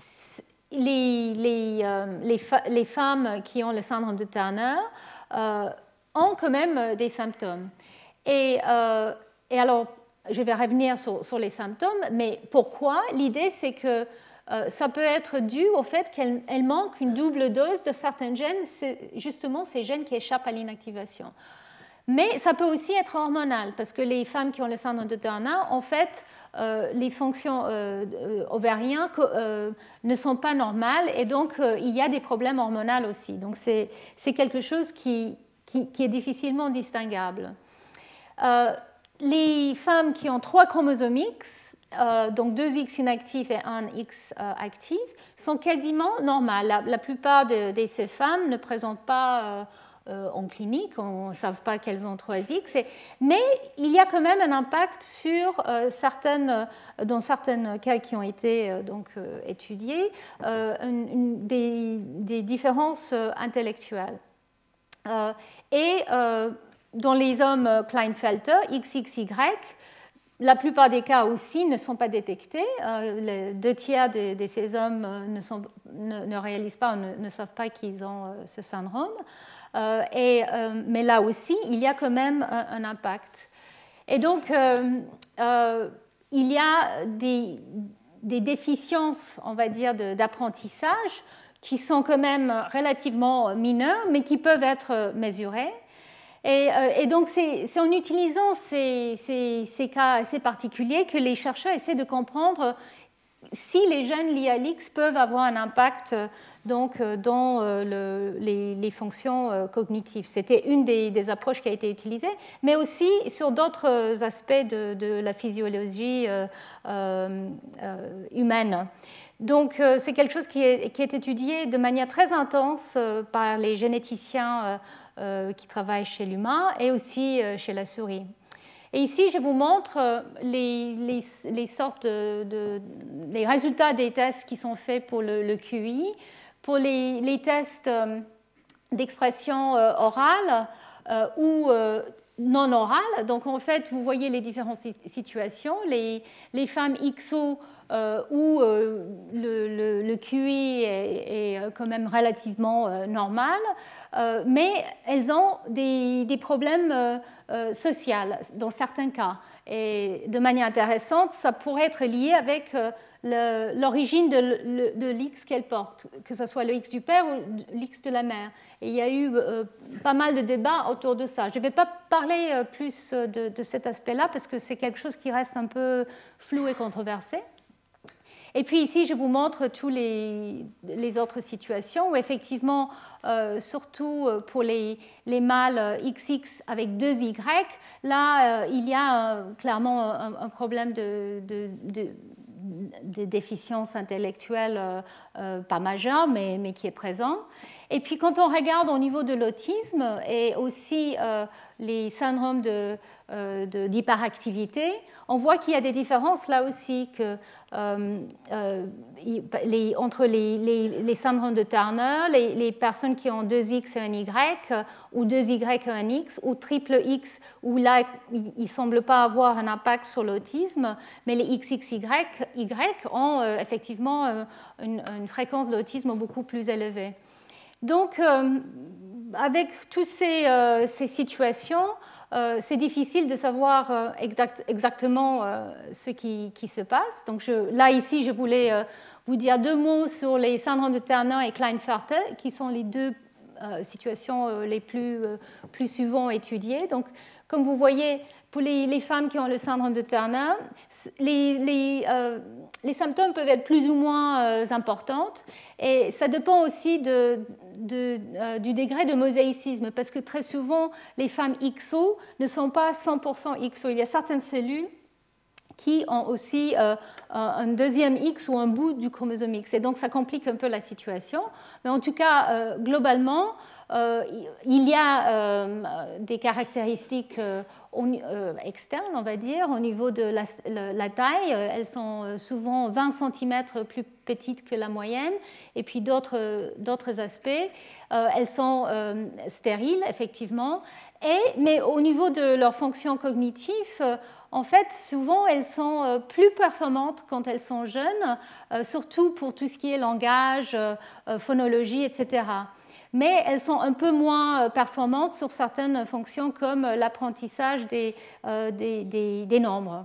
les, les, euh, les, fa les femmes qui ont le syndrome de Turner euh, ont quand même des symptômes. Et, euh, et alors, je vais revenir sur, sur les symptômes, mais pourquoi? L'idée, c'est que euh, ça peut être dû au fait qu'elle manque une double dose de certains gènes, c'est justement ces gènes qui échappent à l'inactivation. Mais ça peut aussi être hormonal, parce que les femmes qui ont le syndrome de Turner, en fait, euh, les fonctions euh, ovariennes euh, ne sont pas normales, et donc euh, il y a des problèmes hormonaux aussi. Donc c'est quelque chose qui, qui, qui est difficilement distinguable. Euh, les femmes qui ont trois chromosomes X, euh, donc deux X inactifs et un X euh, actif, sont quasiment normales. La, la plupart de, de ces femmes ne présentent pas... Euh, Euh, en clinique, on ne sait pas qu'elles ont trois X, et, mais il y a quand même un impact sur euh, certaines, dans certains cas qui ont été euh, donc, euh, étudiés, euh, une, une, des, des différences euh, intellectuelles. Euh, et euh, dans les hommes Klinefelter, X X Y, la plupart des cas aussi ne sont pas détectés. Euh, les deux tiers de, de ces hommes ne, sont, ne, ne réalisent pas, ne, ne savent pas qu'ils ont euh, ce syndrome. Euh, et, euh, mais là aussi, il y a quand même un, un impact. Et donc, euh, euh, il y a des, des déficiences, on va dire, d'apprentissage qui sont quand même relativement mineures, mais qui peuvent être mesurées. Et, euh, et donc, c'est en utilisant ces, ces, ces cas assez particuliers que les chercheurs essaient de comprendre si les gènes liés à l'X peuvent avoir un impact donc, dans le, les, les fonctions cognitives. C'était une des, des approches qui a été utilisée, mais aussi sur d'autres aspects de, de la physiologie euh, euh, humaine. Donc, euh, c'est quelque chose qui est, qui est étudié de manière très intense euh, par les généticiens euh, euh, qui travaillent chez l'humain et aussi euh, chez la souris. Et ici, je vous montre les, les, les, sortes de, de, les résultats des tests qui sont faits pour le, le Q I. Pour les, les tests d'expression orale euh, ou euh, non orale, donc en fait, vous voyez les différentes situations. Les, les femmes X O euh, où euh, le, le, le Q I est, est quand même relativement euh, normal, euh, mais elles ont des, des problèmes euh, euh, sociaux dans certains cas. Et de manière intéressante, ça pourrait être lié avec euh, l'origine de, de l'X qu'elle porte, que ce soit le X du père ou l'X de la mère. Et il y a eu euh, pas mal de débats autour de ça. Je ne vais pas parler euh, plus de, de cet aspect-là parce que c'est quelque chose qui reste un peu flou et controversé. Et puis ici, je vous montre toutes les, les autres situations où effectivement, euh, surtout pour les, les mâles X X avec deux Y, là, euh, il y a euh, clairement un, un problème de, de, de, de déficience intellectuelle euh, euh, pas majeure, mais, mais qui est présent. Et puis quand on regarde au niveau de l'autisme et aussi euh, les syndromes de, euh, d'hyperactivité, on voit qu'il y a des différences là aussi que, euh, euh, les, entre les, les, les syndromes de Turner, les, les personnes qui ont deux X et un Y, ou deux Y et un X, ou triple X, où là, il ne semble pas avoir un impact sur l'autisme, mais les X X Y, Y ont euh, effectivement euh, une, une fréquence d'autisme beaucoup plus élevée. Donc, euh, avec toutes ces, euh, ces situations, euh, c'est difficile de savoir euh, exact, exactement euh, ce qui, qui se passe. Donc, je, là, ici, je voulais euh, vous dire deux mots sur les syndromes de Turner et Klinefelter, qui sont les deux euh, situations euh, les plus, euh, plus souvent étudiées. Donc, comme vous voyez, pour les, les femmes qui ont le syndrome de Turner, les, les, euh, les symptômes peuvent être plus ou moins euh, importants et ça dépend aussi de, de, euh, du degré de mosaïcisme parce que très souvent, les femmes X O ne sont pas cent pour cent X O. Il y a certaines cellules qui ont aussi euh, un deuxième X ou un bout du chromosome X. Et donc, ça complique un peu la situation. Mais en tout cas, euh, globalement, euh, il y a euh, des caractéristiques euh, euh, externes, on va dire, au niveau de la, la, la taille. Elles sont souvent vingt centimètres plus petites que la moyenne. Et puis, d'autres, d'autres aspects. Euh, elles sont euh, stériles, effectivement. Et, mais au niveau de leur fonction cognitive, euh, en fait, souvent, elles sont plus performantes quand elles sont jeunes, surtout pour tout ce qui est langage, phonologie, et cetera. Mais elles sont un peu moins performantes sur certaines fonctions comme l'apprentissage des, des, des, des nombres.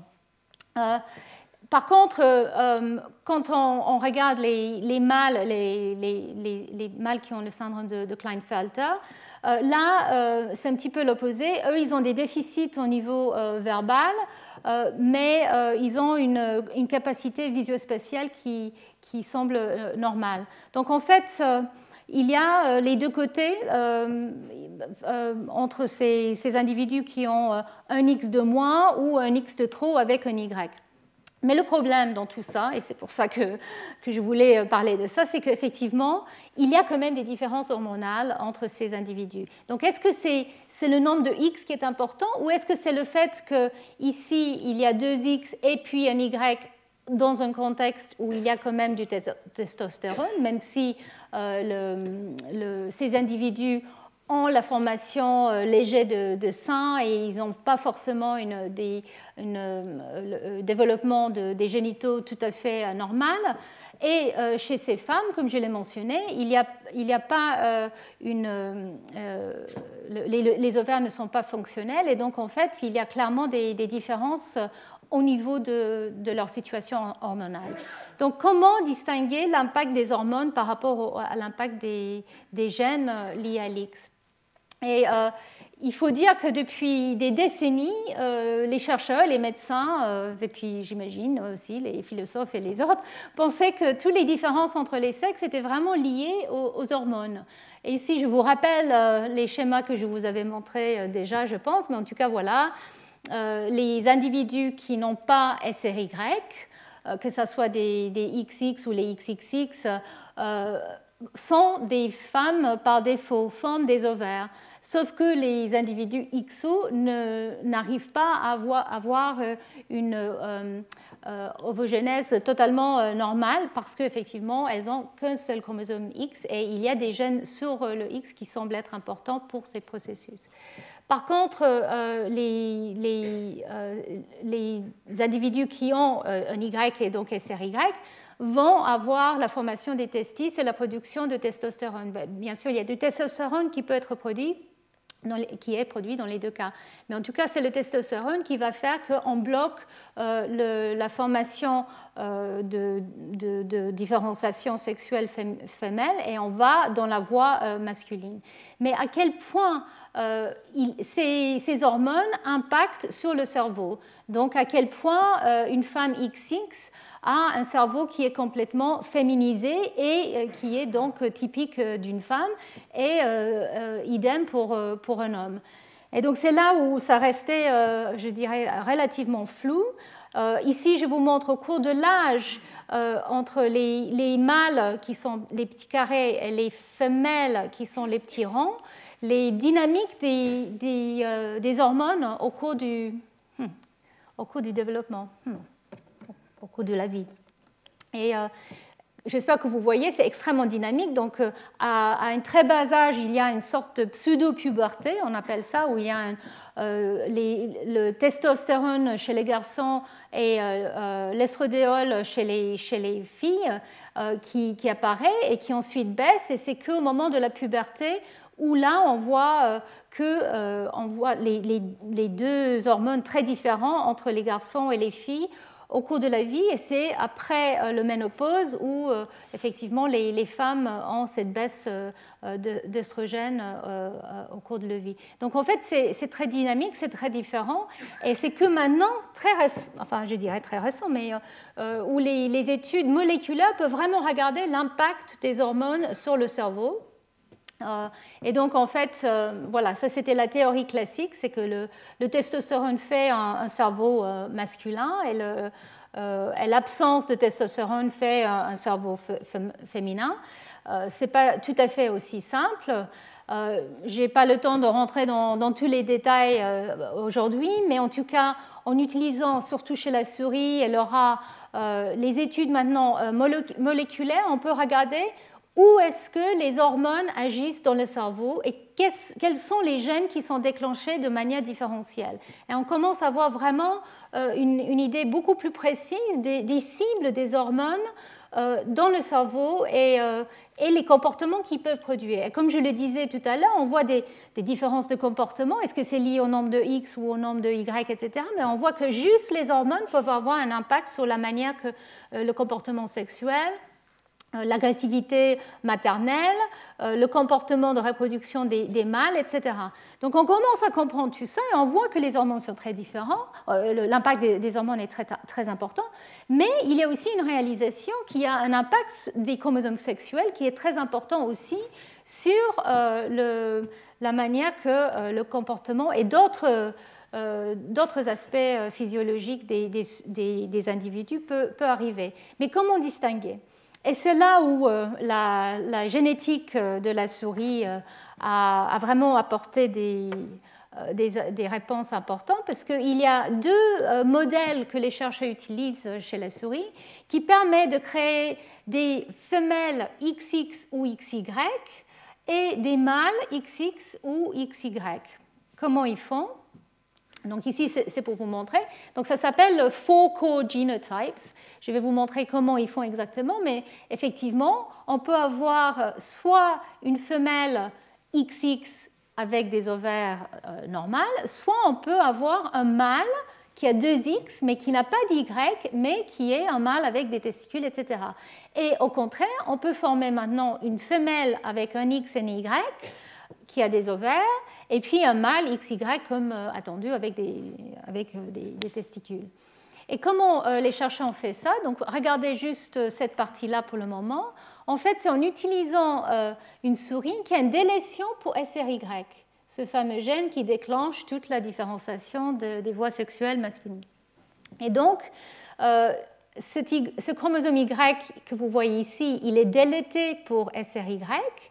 Par contre, quand on regarde les, les mâles, les, les, les mâles qui ont le syndrome de, de Klinefelter, Euh, là, euh, c'est un petit peu l'opposé. Eux, ils ont des déficits au niveau euh, verbal, euh, mais euh, ils ont une, une capacité visuospatiale qui, qui semble euh, normale. Donc, en fait, euh, il y a euh, les deux côtés euh, euh, entre ces, ces individus qui ont euh, un X de moins ou un X de trop avec un Y. Mais le problème dans tout ça, et c'est pour ça que, que je voulais parler de ça, c'est qu'effectivement, il y a quand même des différences hormonales entre ces individus. Donc, est-ce que c'est, c'est le nombre de X qui est important ou est-ce que c'est le fait qu'ici, il y a deux X et puis un Y dans un contexte où il y a quand même du testostérone, même si euh, le, le, ces individus ont la formation euh, légère de, de sein et ils n'ont pas forcément une, des, une, le développement de, des génitaux tout à fait euh, normal. Et euh, chez ces femmes, comme je l'ai mentionné, il n'y a, il y a pas euh, une... Euh, les, les ovaires ne sont pas fonctionnels et donc en fait, il y a clairement des, des différences au niveau de, de leur situation hormonale. Donc, comment distinguer l'impact des hormones par rapport au, à l'impact des, des gènes liés à l'X ? Et euh, il faut dire que depuis des décennies, euh, les chercheurs, les médecins, euh, et puis j'imagine aussi les philosophes et les autres, pensaient que toutes les différences entre les sexes étaient vraiment liées aux, aux hormones. Et ici, je vous rappelle euh, les schémas que je vous avais montrés euh, déjà, je pense, mais en tout cas, voilà, euh, les individus qui n'ont pas S R Y, euh, que ce soit des, des X X ou les X X X, euh, sont des femmes par défaut, forment des ovaires. Sauf que les individus X O n'arrivent pas à avoir, avoir une euh, euh, ovogénèse totalement euh, normale parce qu'effectivement, elles n'ont qu'un seul chromosome X et il y a des gènes sur le X qui semblent être importants pour ces processus. Par contre, euh, les, les, euh, les individus qui ont euh, un Y et donc S R Y vont avoir la formation des testis et la production de testostérone. Bien sûr, il y a du testostérone qui peut être produit, dans les, qui est produit dans les deux cas. Mais en tout cas, c'est le testostérone qui va faire qu'on bloque euh, le, la formation euh, de, de, de différenciation sexuelle femelle et on va dans la voie euh, masculine. Mais à quel point euh, il, ces, ces hormones impactent sur le cerveau? Donc, à quel point euh, une femme X X a un cerveau qui est complètement féminisé et qui est donc typique d'une femme, et euh, euh, idem pour, pour un homme. Et donc c'est là où ça restait, euh, je dirais, relativement flou. Euh, ici, je vous montre au cours de l'âge, euh, entre les, les mâles qui sont les petits carrés et les femelles qui sont les petits ronds, les dynamiques des, des, euh, des hormones au cours du, hmm, au cours du développement. Hmm. au cours de la vie. Et euh, j'espère que vous voyez, c'est extrêmement dynamique. Donc, euh, à, à un très bas âge, il y a une sorte de pseudo-puberté, on appelle ça, où il y a un, euh, les, le testostérone chez les garçons et euh, euh, l'estradiol chez les, chez les filles euh, qui, qui apparaît et qui ensuite baisse. Et c'est qu'au moment de la puberté où là, on voit euh, que euh, on voit les, les, les deux hormones très différents entre les garçons et les filles au cours de la vie, et c'est après euh, le ménopause où euh, effectivement les, les femmes ont cette baisse euh, d'œstrogène euh, euh, au cours de leur vie. Donc en fait, c'est très dynamique, c'est très différent, et c'est que maintenant, très récent, enfin je dirais très récent, mais euh, où les, les études moléculaires peuvent vraiment regarder l'impact des hormones sur le cerveau. Euh, et donc, en fait, euh, voilà, ça c'était la théorie classique, c'est que le, le testostérone fait un, un cerveau euh, masculin et le, euh, l'absence de testostérone fait un, un cerveau féminin. Euh, ce n'est pas tout à fait aussi simple. Euh, je n'ai pas le temps de rentrer dans, dans tous les détails euh, aujourd'hui, mais en tout cas, en utilisant surtout chez la souris et le rat, euh, les études maintenant euh, moléculaires, on peut regarder où est-ce que les hormones agissent dans le cerveau et quels sont les gènes qui sont déclenchés de manière différentielle. Et on commence à avoir vraiment euh, une, une idée beaucoup plus précise des, des cibles des hormones euh, dans le cerveau et, euh, et les comportements qu'ils peuvent produire. Et comme je le disais tout à l'heure, on voit des, des différences de comportement. Est-ce que c'est lié au nombre de X ou au nombre de Y, et cetera. Mais on voit que juste les hormones peuvent avoir un impact sur la manière que euh, le comportement sexuel, l'agressivité maternelle, le comportement de reproduction des, des mâles, et cetera. Donc on commence à comprendre tout ça et on voit que les hormones sont très différents, l'impact des, des hormones est très, très important, mais il y a aussi une réalisation qu'il y a un impact des chromosomes sexuels qui est très important aussi sur euh, le, la manière que euh, le comportement et d'autres Euh, d'autres aspects physiologiques des, des, des, des individus peut, peut arriver. Mais comment distinguer ? Et c'est là où euh, la, la génétique de la souris euh, a, a vraiment apporté des, euh, des, des réponses importantes, parce qu'il y a deux euh, modèles que les chercheurs utilisent chez la souris qui permettent de créer des femelles X X ou X Y et des mâles X X ou X Y. Comment ils font ? Donc ici, c'est pour vous montrer. Donc ça s'appelle four core genotypes. Je vais vous montrer comment ils font exactement, mais effectivement, on peut avoir soit une femelle X X avec des ovaires euh, normales, soit on peut avoir un mâle qui a deux X, mais qui n'a pas d'Y, mais qui est un mâle avec des testicules, et cetera. Et au contraire, on peut former maintenant une femelle avec un X et un Y qui a des ovaires, et puis un mâle X Y comme euh, attendu avec, des, avec euh, des, des testicules. Et comment euh, les chercheurs ont fait ça ? Donc regardez juste cette partie-là pour le moment. En fait, c'est en utilisant euh, une souris qui a une délétion pour S R Y, ce fameux gène qui déclenche toute la différenciation de, des voies sexuelles masculines. Et donc, euh, ce, ce chromosome Y que vous voyez ici, il est délété pour S R Y,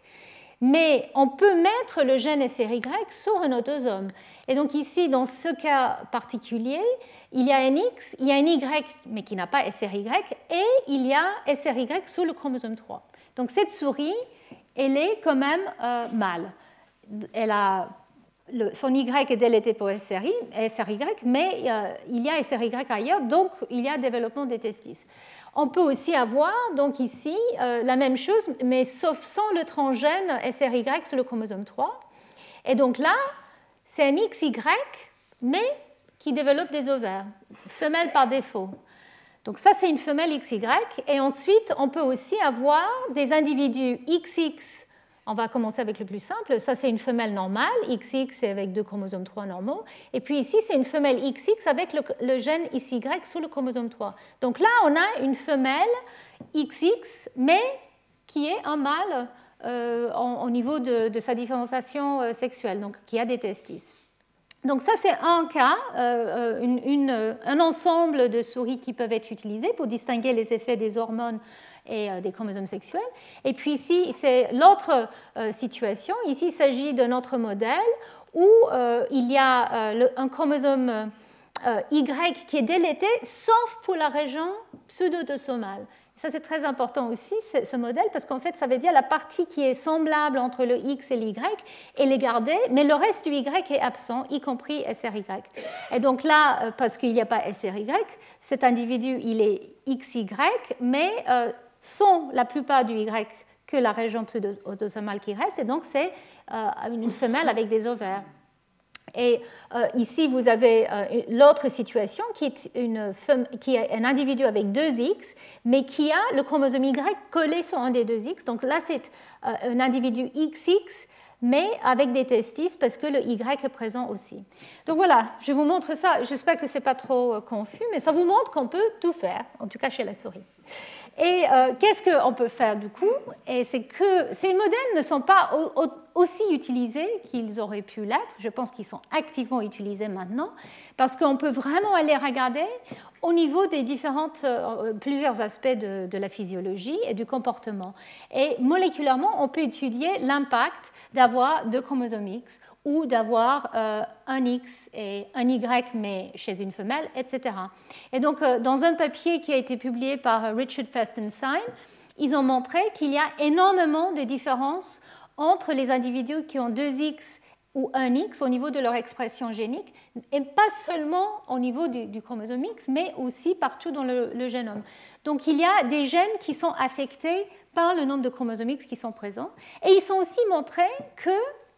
mais on peut mettre le gène S R Y sur un autosome. Et donc ici, dans ce cas particulier, il y a un X, il y a un Y, mais qui n'a pas S R Y, et il y a S R Y sur le chromosome trois. Donc cette souris, elle est quand même euh, mâle. Elle a, le, son Y est délété pour S R Y, mais euh, il y a S R Y ailleurs, donc il y a développement des testis. On peut aussi avoir, donc ici, euh, la même chose, mais sauf sans le transgène S R Y sur le chromosome trois. Et donc là, c'est un X Y, mais qui développe des ovaires, femelle par défaut. Donc ça, c'est une femelle X Y. Et ensuite, on peut aussi avoir des individus X X. On va commencer avec le plus simple. Ça, c'est une femelle normale. X X, c'est avec deux chromosomes trois normaux. Et puis ici, c'est une femelle X X avec le, le gène X Y sur le chromosome trois. Donc là, on a une femelle X X, mais qui est un mâle euh, au niveau de, de sa différenciation euh, sexuelle, donc qui a des testis. Donc ça, c'est un cas, euh, une, une, un ensemble de souris qui peuvent être utilisées pour distinguer les effets des hormones et euh, des chromosomes sexuels. Et puis ici, c'est l'autre euh, situation. Ici, il s'agit d'un autre modèle où euh, il y a euh, le, un chromosome euh, Y qui est délété, sauf pour la région pseudo-autosomale. Ça, c'est très important aussi, ce modèle, parce qu'en fait, ça veut dire la partie qui est semblable entre le X et l'Y, elle est gardée, mais le reste du Y est absent, y compris S R Y. Et donc là, parce qu'il n'y a pas S R Y, cet individu, il est X Y, mais euh, sans la plupart du Y que la région pseudo-autosomale qui reste, et donc c'est euh, une femelle avec des ovaires. Et euh, ici, vous avez euh, l'autre situation qui est, une femme, qui est un individu avec deux X, mais qui a le chromosome Y collé sur un des deux X. Donc là, c'est euh, un individu X X, mais avec des testis parce que le Y est présent aussi. Donc voilà, je vous montre ça. J'espère que ce n'est pas trop confus, mais ça vous montre qu'on peut tout faire, en tout cas chez la souris. Et euh, qu'est-ce qu'on peut faire du coup? Et c'est que ces modèles ne sont pas au, au, aussi utilisés qu'ils auraient pu l'être. Je pense qu'ils sont activement utilisés maintenant parce qu'on peut vraiment aller regarder au niveau des différentes, euh, plusieurs aspects de, de la physiologie et du comportement. Et moléculairement, on peut étudier l'impact d'avoir deux chromosomes X ou d'avoir euh, un X et un Y, mais chez une femelle, et cetera. Et donc, euh, dans un papier qui a été publié par Richard Festenstein, ils ont montré qu'il y a énormément de différences entre les individus qui ont deux X ou un X au niveau de leur expression génique, et pas seulement au niveau du, du chromosome X, mais aussi partout dans le, le génome. Donc, il y a des gènes qui sont affectés par le nombre de chromosomes X qui sont présents, et ils sont aussi montrés que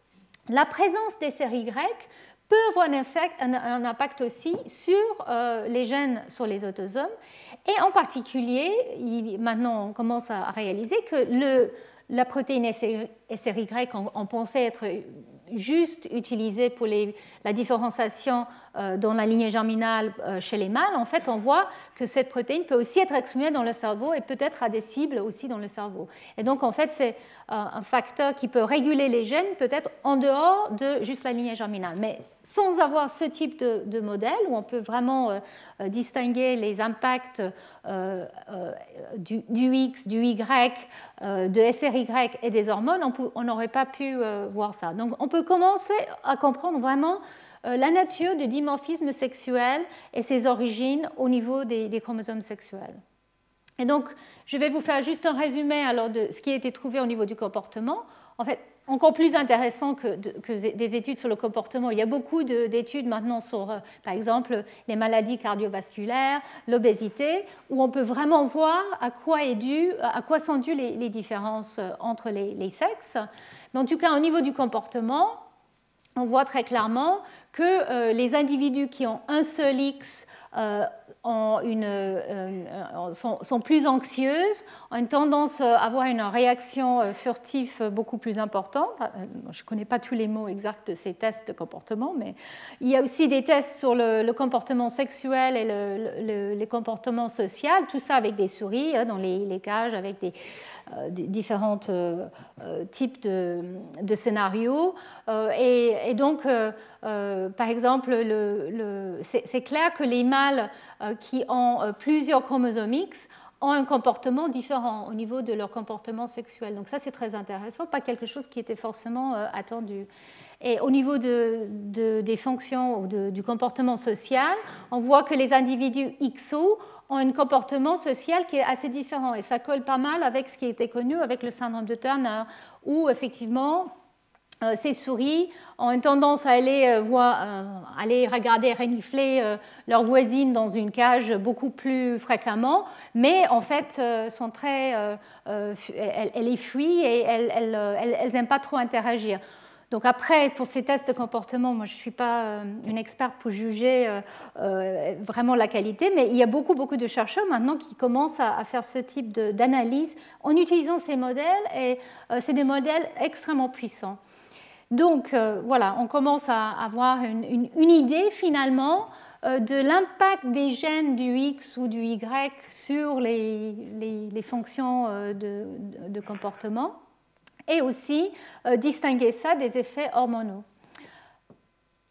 la présence des séries Y peut avoir un, effet, un, un impact aussi sur euh, les gènes sur les autosomes. Et en particulier, il, maintenant on commence à réaliser que le, la protéine S R Y, on, on pensait être juste utilisée pour les, la différenciation euh, dans la lignée germinale euh, chez les mâles. En fait, on voit que cette protéine peut aussi être exprimée dans le cerveau et peut-être à des cibles aussi dans le cerveau. Et donc, en fait, c'est euh, un facteur qui peut réguler les gènes peut-être en dehors de juste la lignée germinale. Mais sans avoir ce type de, de modèle où on peut vraiment euh, distinguer les impacts euh, euh, du, du X, du Y, euh, de S R Y et des hormones, on n'aurait pas pu euh, voir ça. Donc, on peut commencer à comprendre vraiment euh, la nature du dimorphisme sexuel et ses origines au niveau des, des chromosomes sexuels. Et donc, je vais vous faire juste un résumé alors de ce qui a été trouvé au niveau du comportement. En fait, encore plus intéressant que, de, que des études sur le comportement. Il y a beaucoup de, d'études maintenant sur, euh, par exemple, les maladies cardiovasculaires, l'obésité, où on peut vraiment voir à quoi, est dû, à quoi sont dues les, les différences entre les, les sexes. Mais en tout cas, au niveau du comportement, on voit très clairement que euh, les individus qui ont un seul X euh, ont une, euh, sont, sont plus anxieuses, ont une tendance à avoir une réaction furtive beaucoup plus importante. Je ne connais pas tous les mots exacts de ces tests de comportement, mais il y a aussi des tests sur le, le comportement sexuel et le, le, les comportements sociaux, tout ça avec des souris dans les, les cages, avec des, euh, des différents euh, types de, de scénarios. Euh, et, et donc, euh, euh, par exemple, le, le, c'est, c'est clair que les mâles euh, qui ont euh, plusieurs chromosomes X ont un comportement différent au niveau de leur comportement sexuel. Donc ça, c'est très intéressant, pas quelque chose qui était forcément euh, attendu. Et au niveau de, de, des fonctions ou de, du comportement social, on voit que les individus X O ont un comportement social qui est assez différent. Et ça colle pas mal avec ce qui était connu avec le syndrome de Turner, où effectivement, Euh, ces souris ont une tendance à aller, euh, voir, euh, aller regarder, renifler euh, leurs voisines dans une cage beaucoup plus fréquemment, mais en fait euh, sont très, euh, euh, elles, elles les fuient et elles n'aiment pas trop interagir. Donc après, pour ces tests de comportement, moi je ne suis pas euh, une experte pour juger euh, euh, vraiment la qualité, mais il y a beaucoup, beaucoup de chercheurs maintenant qui commencent à, à faire ce type de, d'analyse en utilisant ces modèles, et euh, c'est des modèles extrêmement puissants. Donc euh, voilà, on commence à avoir une, une, une idée finalement euh, de l'impact des gènes du X ou du Y sur les, les, les fonctions euh, de, de, de comportement, et aussi euh, distinguer ça des effets hormonaux. Hormonal ?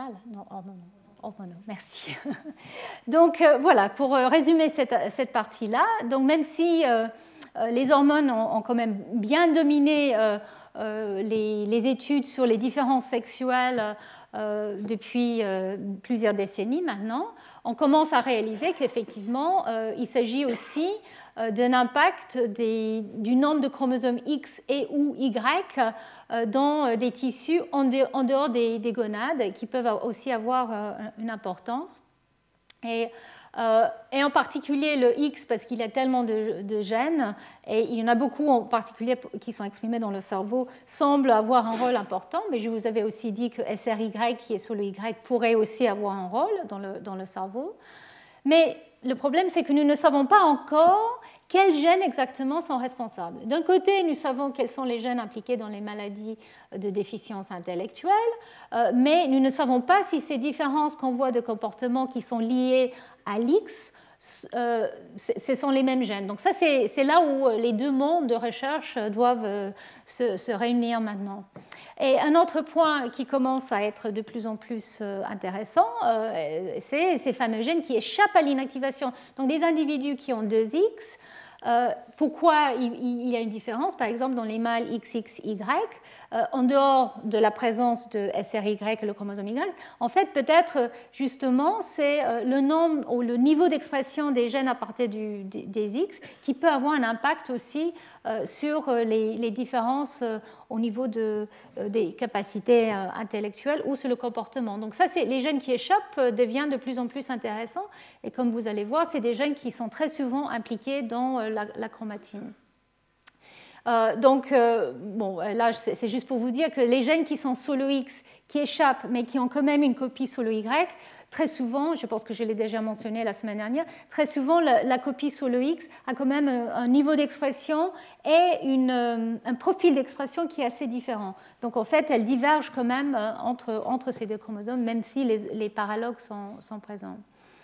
Non, hormonaux. Hormonaux, merci. Donc euh, voilà, pour résumer cette, cette partie-là, donc même si euh, les hormones ont, ont quand même bien dominé euh, Euh, les, les études sur les différences sexuelles euh, depuis euh, plusieurs décennies maintenant, on commence à réaliser qu'effectivement, euh, il s'agit aussi euh, d'un impact des, du nombre de chromosomes X et ou Y euh, dans des tissus en, de, en dehors des, des gonades qui peuvent aussi avoir euh, une importance. Et Euh, et en particulier le X, parce qu'il y a tellement de, de gènes, et il y en a beaucoup en particulier qui sont exprimés dans le cerveau, semble avoir un rôle important, mais je vous avais aussi dit que S R Y, qui est sur le Y, pourrait aussi avoir un rôle dans le, dans le cerveau. Mais le problème, c'est que nous ne savons pas encore quels gènes exactement sont responsables. D'un côté, nous savons quels sont les gènes impliqués dans les maladies de déficience intellectuelle, euh, mais nous ne savons pas si ces différences qu'on voit de comportement qui sont liées à l'X, euh, ce sont les mêmes gènes. Donc ça, c'est là où les deux mondes de recherche doivent euh, se, se réunir maintenant. Et un autre point qui commence à être de plus en plus intéressant, euh, c'est ces fameux gènes qui échappent à l'inactivation. Donc des individus qui ont deux X, euh, pourquoi il, il y a une différence, par exemple dans les mâles X X Y, euh, en dehors de la présence de S R Y et le chromosome Y, en fait peut-être justement c'est le nombre ou le niveau d'expression des gènes à partir du, des X qui peut avoir un impact aussi euh, sur les, les différences euh, au niveau de, euh, des capacités euh, intellectuelles ou sur le comportement. Donc ça, c'est les gènes qui échappent euh, deviennent de plus en plus intéressants et comme vous allez voir, c'est des gènes qui sont très souvent impliqués dans euh, la, la chromatine. Euh, donc, euh, bon, là, c'est juste pour vous dire que les gènes qui sont sur le X, qui échappent, mais qui ont quand même une copie sur le Y, très souvent, je pense que je l'ai déjà mentionné la semaine dernière, très souvent, la, la copie sur le X a quand même un niveau d'expression et une, un profil d'expression qui est assez différent. Donc, en fait, elle diverge quand même entre, entre ces deux chromosomes, même si les, les paralogues sont, sont présents.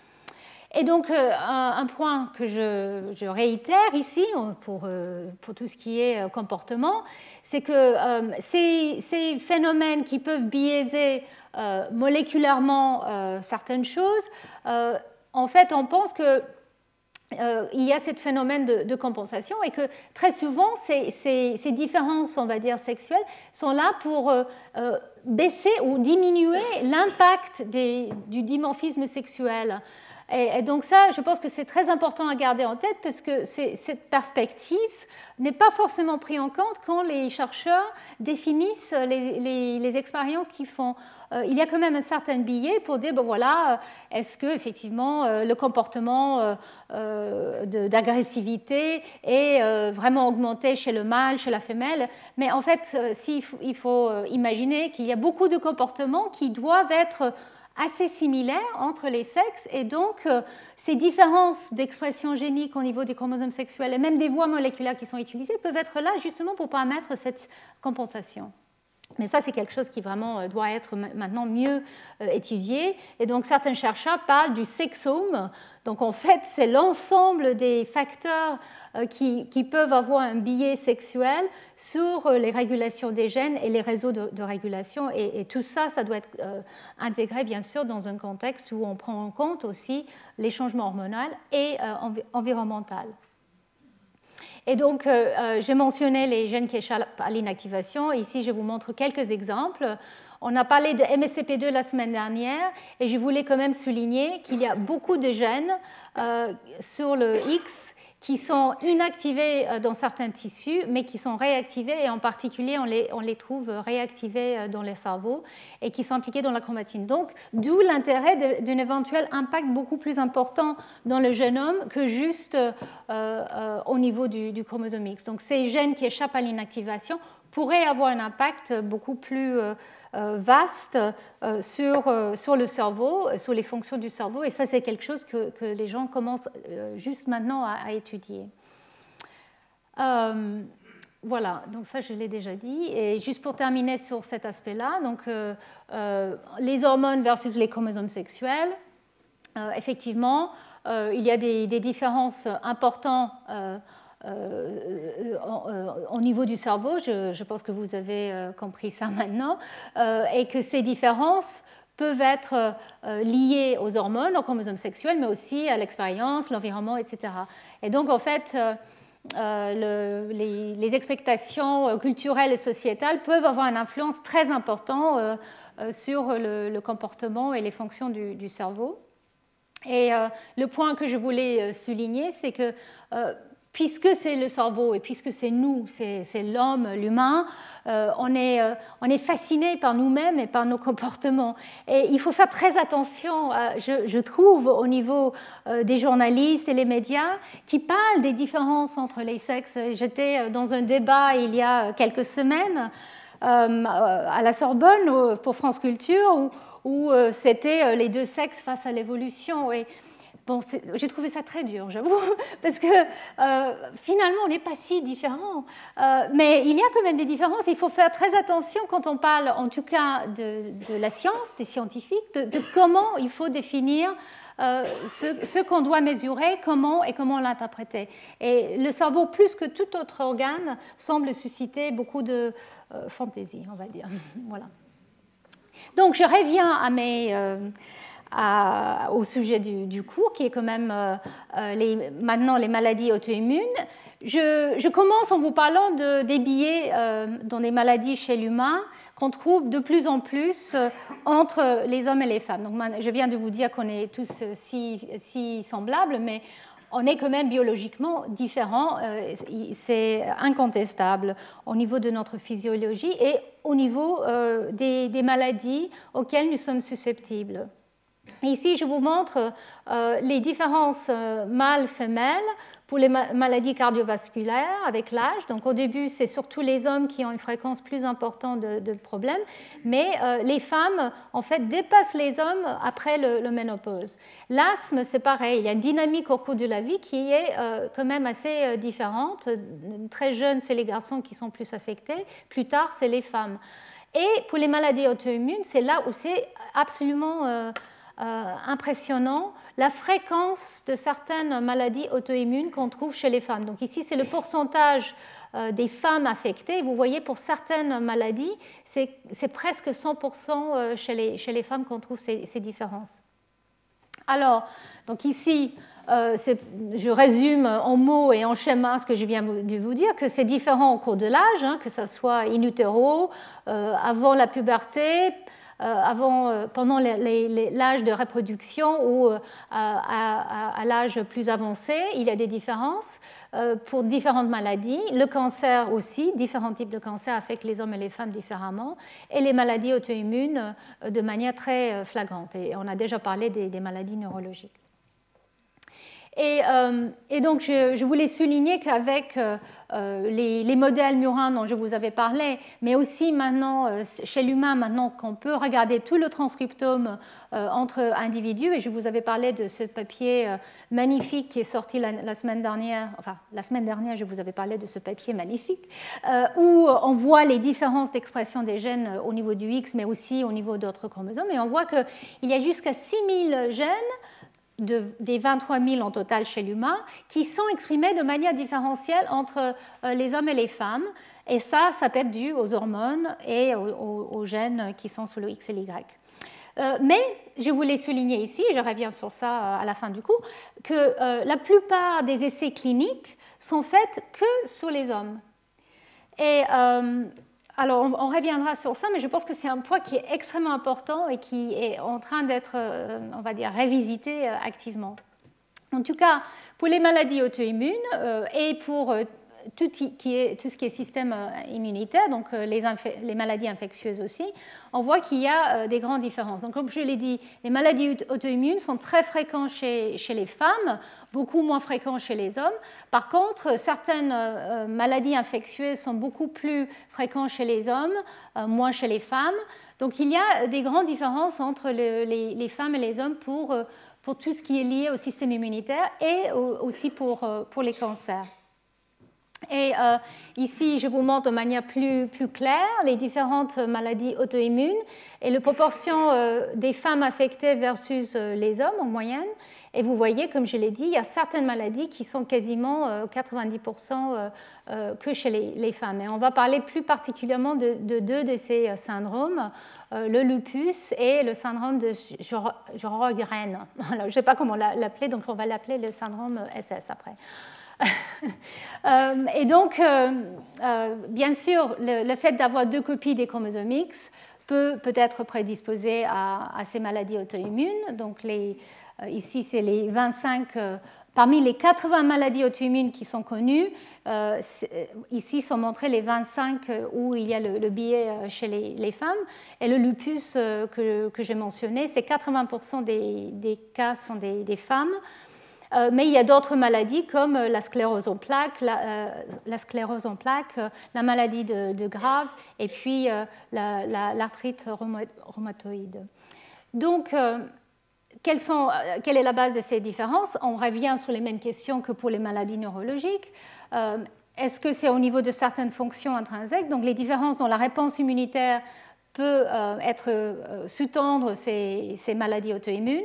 Et donc, euh, un, un point que je, je réitère ici pour, euh, pour tout ce qui est euh, comportement, c'est que euh, ces, ces phénomènes qui peuvent biaiser euh, moléculairement euh, certaines choses, euh, en fait, on pense que Euh, il y a ce phénomène de, de compensation et que très souvent, ces, ces, ces différences, on va dire, sexuelles sont là pour euh, euh, baisser ou diminuer l'impact du dimorphisme sexuel. Et, et donc ça, je pense que c'est très important à garder en tête parce que cette perspective n'est pas forcément prise en compte quand les chercheurs définissent les, les, les expériences qu'ils font. Euh, il y a quand même un certain biais pour dire, ben voilà, est-ce que effectivement euh, le comportement euh, euh, d'agressivité est euh, vraiment augmenté chez le mâle, chez la femelle. Mais en fait, euh, si, il faut imaginer qu'il y a beaucoup de comportements qui doivent être assez similaires entre les sexes et donc euh, ces différences d'expression génique au niveau des chromosomes sexuels et même des voies moléculaires qui sont utilisées peuvent être là justement pour permettre cette compensation. Mais ça, c'est quelque chose qui vraiment doit être maintenant mieux étudié. Et donc, certains chercheurs parlent du sexome. Donc, en fait, c'est l'ensemble des facteurs qui, qui peuvent avoir un biais sexuel sur les régulations des gènes et les réseaux de, de régulation. Et, et tout ça, ça doit être euh, intégré, bien sûr, dans un contexte où on prend en compte aussi les changements hormonaux et euh, env environnementaux. Et donc, euh, j'ai mentionné les gènes qui échappent à l'inactivation. Ici, je vous montre quelques exemples. On a parlé de M S C P deux la semaine dernière, et je voulais quand même souligner qu'il y a beaucoup de gènes euh, sur le X qui sont inactivés dans certains tissus, mais qui sont réactivés, et en particulier, on les, on les trouve réactivés dans les cerveaux, et qui sont impliqués dans la chromatine. Donc, d'où l'intérêt d'un éventuel impact beaucoup plus important dans le génome que juste euh, euh, au niveau du, du chromosome X. Donc, ces gènes qui échappent à l'inactivation pourraient avoir un impact beaucoup plus euh, vaste euh, sur, euh, sur le cerveau, sur les fonctions du cerveau, et ça, c'est quelque chose que, que les gens commencent euh, juste maintenant à, à étudier. Euh, voilà, donc ça, je l'ai déjà dit. Et juste pour terminer sur cet aspect-là, donc euh, euh, les hormones versus les chromosomes sexuels, euh, effectivement, euh, il y a des, des différences importantes euh, Euh, au, au niveau du cerveau, je, je pense que vous avez euh, compris ça maintenant, euh, et que ces différences peuvent être euh, liées aux hormones, aux chromosomes sexuels, mais aussi à l'expérience, l'environnement, et cetera. Et donc, en fait, euh, euh, le, les, les expectations culturelles et sociétales peuvent avoir une influence très importante euh, euh, sur le, le comportement et les fonctions du, du cerveau. Et euh, le point que je voulais souligner, c'est que euh, puisque c'est le cerveau et puisque c'est nous, c'est, c'est l'homme, l'humain, euh, on est, euh, on est fasciné par nous-mêmes et par nos comportements. Et il faut faire très attention, euh, je, je trouve, au niveau euh, des journalistes et les médias qui parlent des différences entre les sexes. J'étais dans un débat il y a quelques semaines euh, à la Sorbonne pour France Culture où, où euh, c'était les deux sexes face à l'évolution. Et bon, j'ai trouvé ça très dur, j'avoue, parce que euh, finalement, on n'est pas si différents. Euh, mais il y a quand même des différences. Il faut faire très attention quand on parle, en tout cas, de, de la science, des scientifiques, de, de comment il faut définir euh, ce, ce qu'on doit mesurer, comment et comment l'interpréter. Et le cerveau, plus que tout autre organe, semble susciter beaucoup de euh, fantaisie, on va dire. Voilà. Donc, je reviens à mes... Euh, À, au sujet du, du cours, qui est quand même euh, les, maintenant les maladies auto-immunes. Je, je commence en vous parlant de, des biais euh, dans des maladies chez l'humain qu'on trouve de plus en plus euh, entre les hommes et les femmes. Donc, je viens de vous dire qu'on est tous si, si semblables, mais on est quand même biologiquement différents. Euh, c'est incontestable au niveau de notre physiologie et au niveau euh, des, des maladies auxquelles nous sommes susceptibles. Ici, je vous montre euh, les différences euh, mâles-femelles pour les ma- maladies cardiovasculaires avec l'âge. Donc, au début, c'est surtout les hommes qui ont une fréquence plus importante de, de problèmes, mais euh, les femmes, en fait, dépassent les hommes après le, le ménopause. L'asthme, c'est pareil. Il y a une dynamique au cours de la vie qui est euh, quand même assez euh, différente. Très jeunes, c'est les garçons qui sont plus affectés. Plus tard, c'est les femmes. Et pour les maladies auto-immunes, c'est là où c'est absolument... Euh, Euh, impressionnant la fréquence de certaines maladies auto-immunes qu'on trouve chez les femmes. Donc ici, c'est le pourcentage euh, des femmes affectées. Vous voyez, pour certaines maladies, c'est, c'est presque cent pour cent chez les, chez les femmes qu'on trouve ces, ces différences. Alors, donc ici, euh, c'est, je résume en mots et en schéma ce que je viens de vous dire, que c'est différent au cours de l'âge, hein, que ce soit in utero, euh, avant la puberté, Avant, pendant les, les, l'âge de reproduction ou à, à, à l'âge plus avancé, il y a des différences pour différentes maladies. Le cancer aussi, différents types de cancers affectent les hommes et les femmes différemment, et les maladies auto-immunes de manière très flagrante. Et on a déjà parlé des, des maladies neurologiques. Et, euh, et donc, je, je voulais souligner qu'avec euh, les, les modèles murins dont je vous avais parlé, mais aussi maintenant, euh, chez l'humain, maintenant qu'on peut regarder tout le transcriptome euh, entre individus, et je vous avais parlé de ce papier euh, magnifique qui est sorti la, la semaine dernière, enfin, la semaine dernière, je vous avais parlé de ce papier magnifique, euh, où on voit les différences d'expression des gènes au niveau du X, mais aussi au niveau d'autres chromosomes, et on voit qu'il y a jusqu'à six mille gènes, De, des vingt-trois mille en total chez l'humain, qui sont exprimés de manière différentielle entre euh, les hommes et les femmes. Et ça, ça peut être dû aux hormones et aux, aux, aux gènes qui sont sous le X et l'Y. Euh, mais je voulais souligner ici, je reviens sur ça à la fin du cours, que euh, la plupart des essais cliniques sont faits que sur les hommes. Et... Euh, Alors, on reviendra sur ça, mais je pense que c'est un point qui est extrêmement important et qui est en train d'être, on va dire, révisité activement. En tout cas, pour les maladies auto-immunes et pour tout, qui est, tout ce qui est système immunitaire, donc les, les maladies infectieuses aussi, on voit qu'il y a des grandes différences. Donc, comme je l'ai dit, les maladies auto-immunes sont très fréquentes chez, chez les femmes, beaucoup moins fréquents chez les hommes. Par contre, certaines euh, maladies infectieuses sont beaucoup plus fréquentes chez les hommes, euh, moins chez les femmes. Donc, il y a des grandes différences entre le, les, les femmes et les hommes pour, euh, pour tout ce qui est lié au système immunitaire et au, aussi pour, euh, pour les cancers. Et euh, ici, je vous montre de manière plus, plus claire les différentes maladies auto-immunes et la proportion euh, des femmes affectées versus euh, les hommes en moyenne. Et vous voyez, comme je l'ai dit, il y a certaines maladies qui sont quasiment euh, quatre-vingt-dix pour cent euh, euh, que chez les, les femmes. Et on va parler plus particulièrement de, de deux de ces syndromes, euh, le lupus et le syndrome de Sjögren. Je ne sais pas comment l'appeler, donc on va l'appeler le syndrome S S après. euh, et donc, euh, euh, bien sûr, le, le fait d'avoir deux copies des chromosomes X peut peut-être prédisposer à, à ces maladies auto-immunes. Donc, les, euh, ici, c'est les vingt-cinq euh, parmi les quatre-vingts maladies auto-immunes qui sont connues, euh, ici sont montrés les vingt-cinq où il y a le, le biais chez les, les femmes. Et le lupus euh, que, que j'ai mentionné, c'est quatre-vingts pour cent des, des cas sont des, des femmes. Euh, mais il y a d'autres maladies comme la sclérose en plaques, la, euh, la, sclérose en plaques, euh, la maladie de, de Grave et puis euh, la, la, l'arthrite rhumatoïde. Donc, euh, quelles sont, quelle est la base de ces différences? On revient sur les mêmes questions que pour les maladies neurologiques. Euh, est-ce que c'est au niveau de certaines fonctions intrinsèques? Donc, les différences dans la réponse immunitaire peuvent euh, être euh, sous-tendre ces, ces maladies auto-immunes.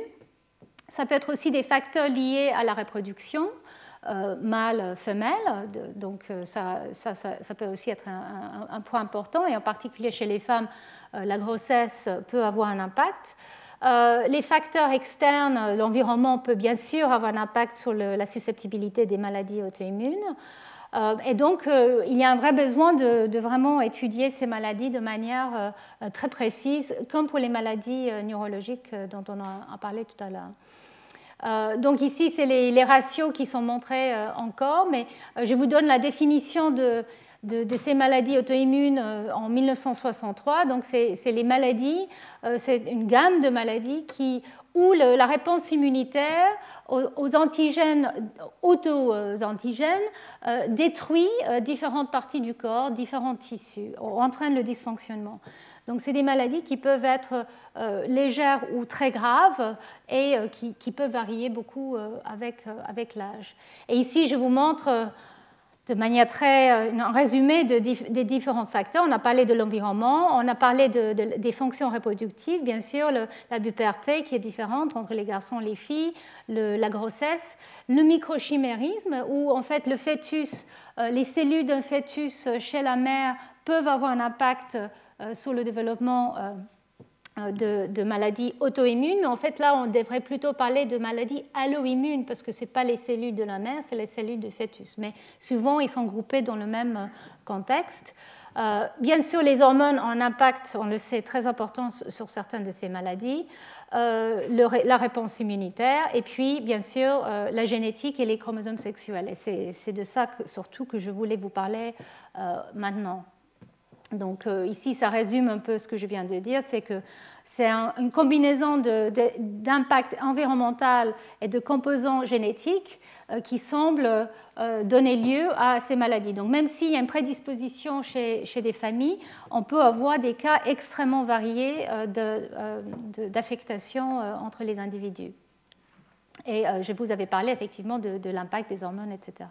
Ça peut être aussi des facteurs liés à la reproduction, euh, mâle, femelle, donc ça, ça, ça, ça peut aussi être un, un, un point important, et en particulier chez les femmes, euh, la grossesse peut avoir un impact. Euh, les facteurs externes, l'environnement peut bien sûr avoir un impact sur le, la susceptibilité des maladies auto-immunes. Euh, et donc, euh, il y a un vrai besoin de, de vraiment étudier ces maladies de manière euh, très précise, comme pour les maladies euh, neurologiques dont on a, a parlé tout à l'heure. Euh, donc ici, c'est les, les ratios qui sont montrés euh, encore, mais euh, je vous donne la définition de, de, de ces maladies auto-immunes euh, en mille neuf cent soixante-trois. Donc c'est, c'est les maladies, euh, c'est une gamme de maladies qui, où le, la réponse immunitaire aux, aux antigènes, auto-antigènes, euh, détruit euh, différentes parties du corps, différents tissus, entraîne le dysfonctionnement. Donc, c'est des maladies qui peuvent être euh, légères ou très graves et euh, qui, qui peuvent varier beaucoup euh, avec, euh, avec l'âge. Et ici, je vous montre euh, de manière très euh, un résumé de, des différents facteurs. On a parlé de l'environnement, on a parlé de, de, des fonctions reproductives, bien sûr, le, la puberté qui est différente entre les garçons et les filles, le, la grossesse, le microchimérisme, où en fait le fœtus, euh, les cellules d'un fœtus chez la mère peuvent avoir un impact Euh, sur le développement euh, de, de maladies auto-immunes, mais en fait là on devrait plutôt parler de maladies allo-immunes parce que ce n'est pas les cellules de la mère, c'est les cellules du fœtus, mais souvent ils sont groupés dans le même contexte. Euh, bien sûr, les hormones ont un impact, on le sait, très important sur certaines de ces maladies, euh, le, la réponse immunitaire, et puis bien sûr euh, la génétique et les chromosomes sexuels. Et c'est, c'est de ça que, surtout que je voulais vous parler euh, maintenant. Donc euh, ici, ça résume un peu ce que je viens de dire, c'est que c'est un, une combinaison de, de, d'impact environnemental et de composants génétiques euh, qui semblent euh, donner lieu à ces maladies. Donc même s'il y a une prédisposition chez, chez des familles, on peut avoir des cas extrêmement variés euh, de, euh, de, d'affectation euh, entre les individus. Et euh, je vous avais parlé effectivement de, de l'impact des hormones, et cetera.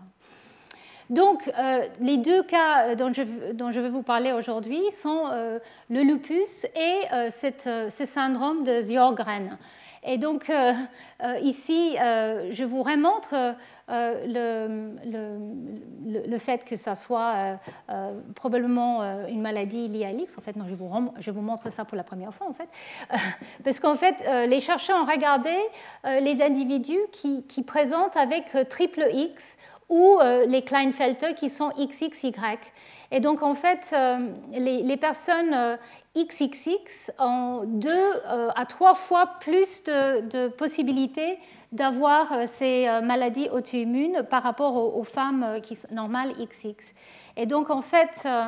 Donc, euh, les deux cas dont je, dont je vais vous parler aujourd'hui sont euh, le lupus et euh, cette, euh, ce syndrome de Sjögren. Et donc, euh, euh, ici, euh, je vous remontre euh, le, le, le fait que ça soit euh, euh, probablement euh, une maladie liée à l'X. En fait, non, je vous, je vous montre ça pour la première fois, en fait. Euh, parce qu'en fait, euh, les chercheurs ont regardé euh, les individus qui, qui présentent avec euh, triple X ou euh, les Klinefelter qui sont X X Y. Et donc, en fait, euh, les, les personnes euh, X X X ont deux euh, à trois fois plus de, de possibilités d'avoir euh, ces euh, maladies auto-immunes par rapport aux, aux femmes euh, qui sont normales X X. Et donc, en fait, euh,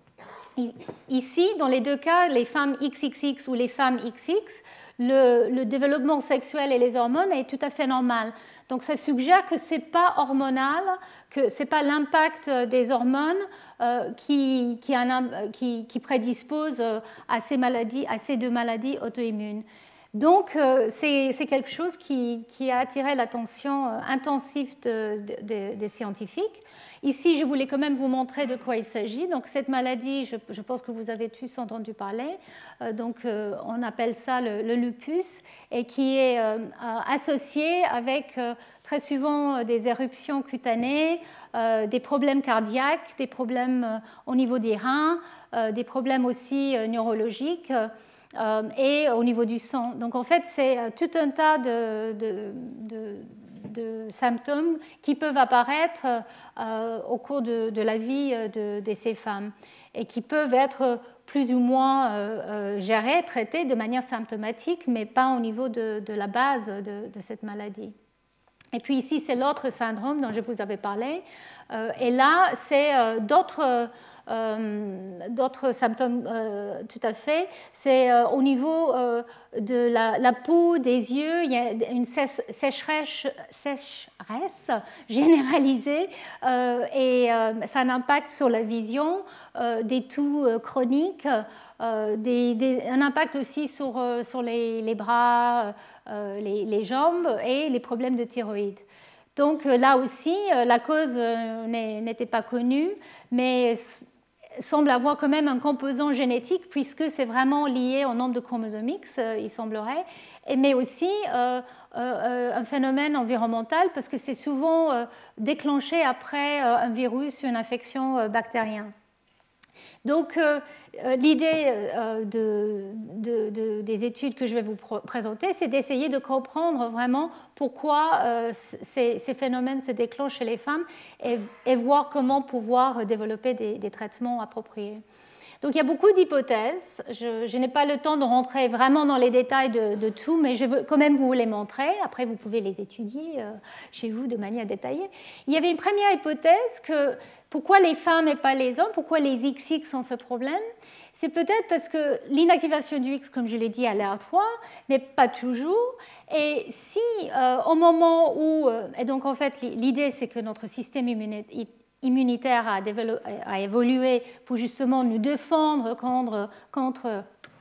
ici, dans les deux cas, les femmes X X X ou les femmes X X, le, le développement sexuel et les hormones est tout à fait normal. Donc, ça suggère que ce n'est pas hormonal, que ce n'est pas l'impact des hormones euh, qui, qui, qui, qui prédispose à ces maladies, à ces deux maladies auto-immunes. Donc, euh, c'est, c'est quelque chose qui, qui a attiré l'attention euh, intensive de, de, de, des scientifiques. Ici, je voulais quand même vous montrer de quoi il s'agit. Donc, cette maladie, je, je pense que vous avez tous entendu parler. Euh, donc, euh, on appelle ça le, le lupus et qui est euh, associé avec euh, très souvent des éruptions cutanées, euh, des problèmes cardiaques, des problèmes euh, au niveau des reins, euh, des problèmes aussi euh, neurologiques. Euh, et au niveau du sang. Donc en fait, c'est euh, tout un tas de, de, de, de symptômes qui peuvent apparaître euh, au cours de, de la vie de, de ces femmes et qui peuvent être plus ou moins euh, euh, gérés, traités de manière symptomatique, mais pas au niveau de, de la base de, de cette maladie. Et puis ici, c'est l'autre syndrome dont je vous avais parlé. Euh, et là, c'est euh, d'autres... Euh, d'autres symptômes euh, tout à fait. C'est euh, au niveau euh, de la, la peau, des yeux, il y a une sécheresse, sécheresse généralisée euh, et euh, ça a un impact sur la vision, euh, des toux euh, chroniques, euh, des, des, un impact aussi sur, euh, sur les, les bras, euh, les, les jambes et les problèmes de thyroïde. Donc là aussi, la cause n'était pas connue, mais semble avoir quand même un composant génétique puisque c'est vraiment lié au nombre de chromosomes X, il semblerait, mais aussi euh, euh, un phénomène environnemental parce que c'est souvent euh, déclenché après euh, un virus ou une infection euh, bactérienne. Donc, euh, l'idée euh, de, de, de, des études que je vais vous présenter, c'est d'essayer de comprendre vraiment pourquoi euh, ces, ces phénomènes se déclenchent chez les femmes et, et voir comment pouvoir développer des, des traitements appropriés. Donc, il y a beaucoup d'hypothèses. Je, je n'ai pas le temps de rentrer vraiment dans les détails de, de tout, mais je veux quand même vous les montrer. Après, vous pouvez les étudier euh, chez vous de manière détaillée. Il y avait une première hypothèse que pourquoi les femmes et pas les hommes, pourquoi les X X ont ce problème? C'est peut-être parce que l'inactivation du X, comme je l'ai dit, est aléatoire, mais pas toujours. Et si euh, au moment où... Euh, et donc, en fait, l'idée, c'est que notre système immunitaire immunitaire a, a évolué pour justement nous défendre contre, contre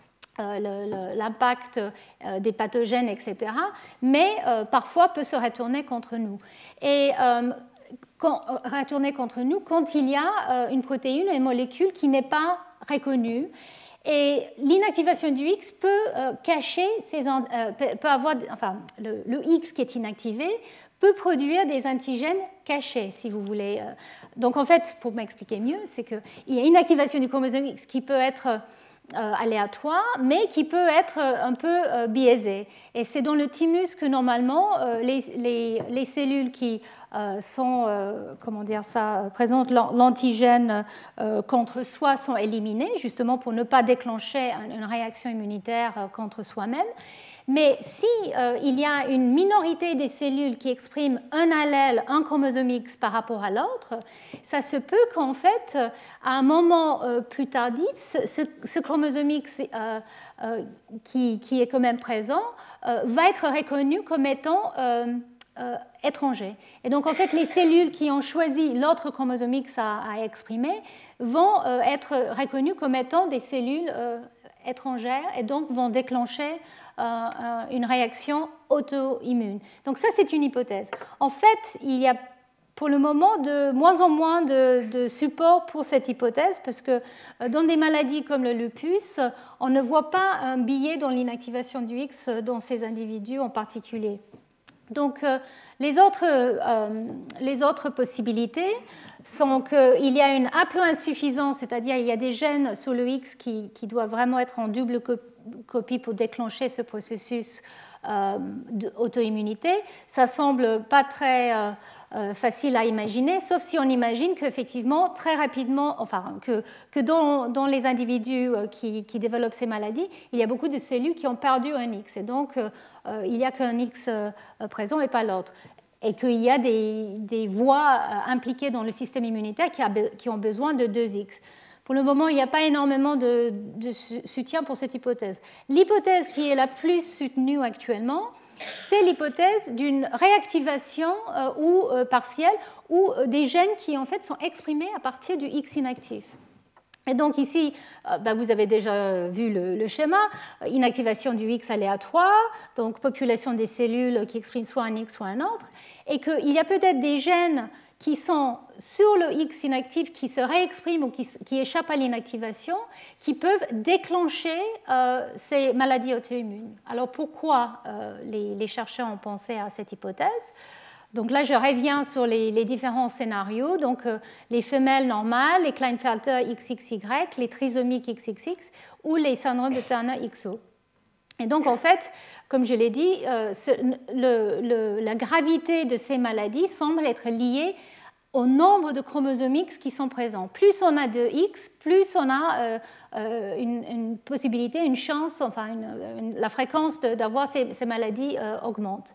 euh, l'impact euh, des pathogènes, et cetera, mais euh, parfois peut se retourner contre nous. Et euh, quand, retourner contre nous quand il y a euh, une protéine, une molécule qui n'est pas reconnue. Et l'inactivation du X peut euh, cacher ces, euh, peut avoir, enfin, le, le X qui est inactivé peut produire des antigènes cachés, si vous voulez. Donc, en fait, pour m'expliquer mieux, c'est qu'il y a une activation du chromosome X qui peut être euh, aléatoire, mais qui peut être un peu euh, biaisée. Et c'est dans le thymus que, normalement, euh, les, les, les cellules qui euh, sont, euh, comment dire ça, présentent l'antigène euh, contre soi sont éliminées, justement pour ne pas déclencher une réaction immunitaire contre soi-même. Mais si euh, il y a une minorité des cellules qui expriment un allèle, un chromosome X par rapport à l'autre, ça se peut qu'en fait, à un moment euh, plus tardif, ce, ce, ce chromosome X euh, euh, qui, qui est quand même présent euh, va être reconnu comme étant euh, euh, étranger. Et donc, en fait, les cellules qui ont choisi l'autre chromosome X à, à exprimer vont euh, être reconnues comme étant des cellules euh, étrangères et donc vont déclencher Euh, une réaction auto-immune. Donc ça, c'est une hypothèse. En fait, il y a pour le moment de moins en moins de, de support pour cette hypothèse parce que dans des maladies comme le lupus, on ne voit pas un biais dans l'inactivation du X dans ces individus en particulier. Donc euh, les, autres, euh, les autres possibilités sont qu'il y a une haploinsuffisance, c'est-à-dire il y a des gènes sur le X qui, qui doivent vraiment être en double copie pour déclencher ce processus euh, d'auto-immunité. Ça semble pas très euh, euh, facile à imaginer, sauf si on imagine qu'effectivement, très rapidement, enfin, que, que dans, dans les individus qui, qui développent ces maladies, il y a beaucoup de cellules qui ont perdu un X, et donc euh, il n'y a qu'un X euh, présent et pas l'autre. Et qu'il y a des, des voies impliquées dans le système immunitaire qui, a, qui ont besoin de deux X. Pour le moment, il n'y a pas énormément de, de soutien pour cette hypothèse. L'hypothèse qui est la plus soutenue actuellement, c'est l'hypothèse d'une réactivation euh, ou euh, partielle ou euh, des gènes qui en fait sont exprimés à partir du X inactif. Et donc ici, euh, bah, vous avez déjà vu le, le schéma, inactivation du X aléatoire, donc population des cellules qui expriment soit un X, soit un autre, et qu'il y a peut-être des gènes qui sont sur le X inactif, qui se réexpriment ou qui, qui échappent à l'inactivation, qui peuvent déclencher euh, ces maladies auto-immunes. Alors pourquoi euh, les, les chercheurs ont pensé à cette hypothèse ? Donc là, je reviens sur les, les différents scénarios. Donc euh, les femelles normales, les Klinefelter X X Y, les trisomiques X X X ou les syndromes de Turner X O. Et donc, en fait, comme je l'ai dit, euh, ce, le, le, la gravité de ces maladies semble être liée au nombre de chromosomes X qui sont présents. Plus on a de X, plus on a euh, euh, une, une possibilité, une chance, enfin, une, une, la fréquence d'avoir ces, ces maladies euh, augmente.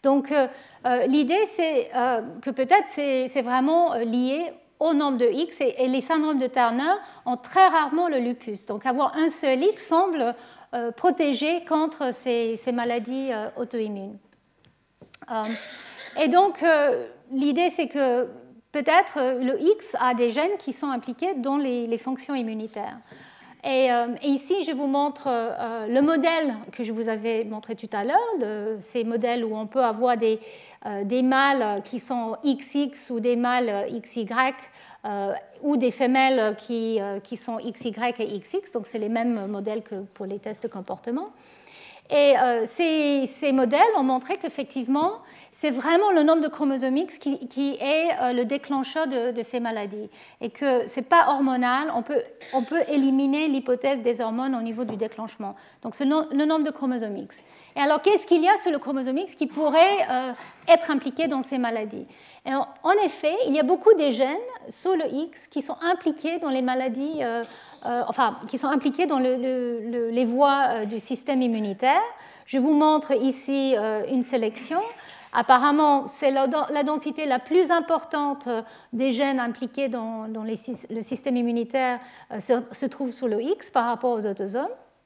Donc euh, euh, l'idée, c'est euh, que peut-être c'est, c'est vraiment lié au nombre de X, et, et les syndromes de Turner ont très rarement le lupus. Donc avoir un seul X semble euh, protéger contre ces, ces maladies euh, auto-immunes. Euh, et donc euh, l'idée, c'est que peut-être le X a des gènes qui sont impliqués dans les, les fonctions immunitaires. Et, euh, et ici, je vous montre euh, le modèle que je vous avais montré tout à l'heure, le, ces modèles où on peut avoir des, euh, des mâles qui sont X X ou des mâles X Y, euh, ou des femelles qui, euh, qui sont X Y et X X, donc c'est les mêmes modèles que pour les tests de comportement. Et euh, ces, ces modèles ont montré qu'effectivement, c'est vraiment le nombre de chromosomes X qui, qui est euh, le déclencheur de, de ces maladies. Et que ce n'est pas hormonal, on peut, on peut éliminer l'hypothèse des hormones au niveau du déclenchement. Donc c'est le, le nombre de chromosomes X. Et alors, qu'est-ce qu'il y a sur le chromosome X qui pourrait euh, être impliqué dans ces maladies? Et en, en effet, il y a beaucoup de gènes sur le X qui sont impliqués dans les maladies, euh, euh, enfin, qui sont impliqués dans le, le, le, les voies euh, du système immunitaire. Je vous montre ici euh, une sélection. Apparemment, c'est la, la densité la plus importante des gènes impliqués dans, dans les, le système immunitaire euh, se, se trouve sur le X par rapport aux autosomes.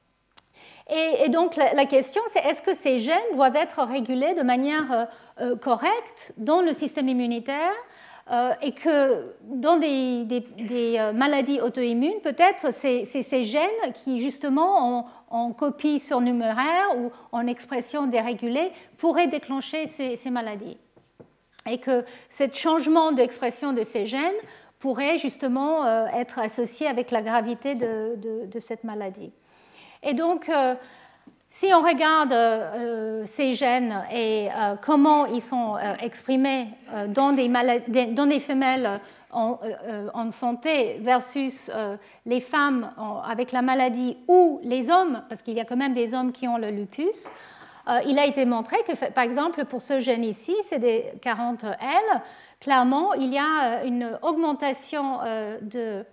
Et, et donc la, la question, c'est est-ce que ces gènes doivent être régulés de manière euh, euh, correcte dans le système immunitaire euh, et que dans des, des, des euh, maladies auto-immunes, peut-être c'est, c'est ces gènes qui justement ont en copie surnuméraire ou en expression dérégulée pourraient déclencher ces, ces maladies. Et que ce changement d'expression de ces gènes pourrait justement euh, être associé avec la gravité de, de, de cette maladie. Et donc, euh, si on regarde euh, ces gènes et euh, comment ils sont euh, exprimés euh, dans, des maladies, dans des femelles en, euh, en santé versus euh, les femmes en, avec la maladie ou les hommes, parce qu'il y a quand même des hommes qui ont le lupus, euh, il a été montré que, par exemple, pour ce gène ici, C D quarante L, clairement, il y a une augmentation euh, de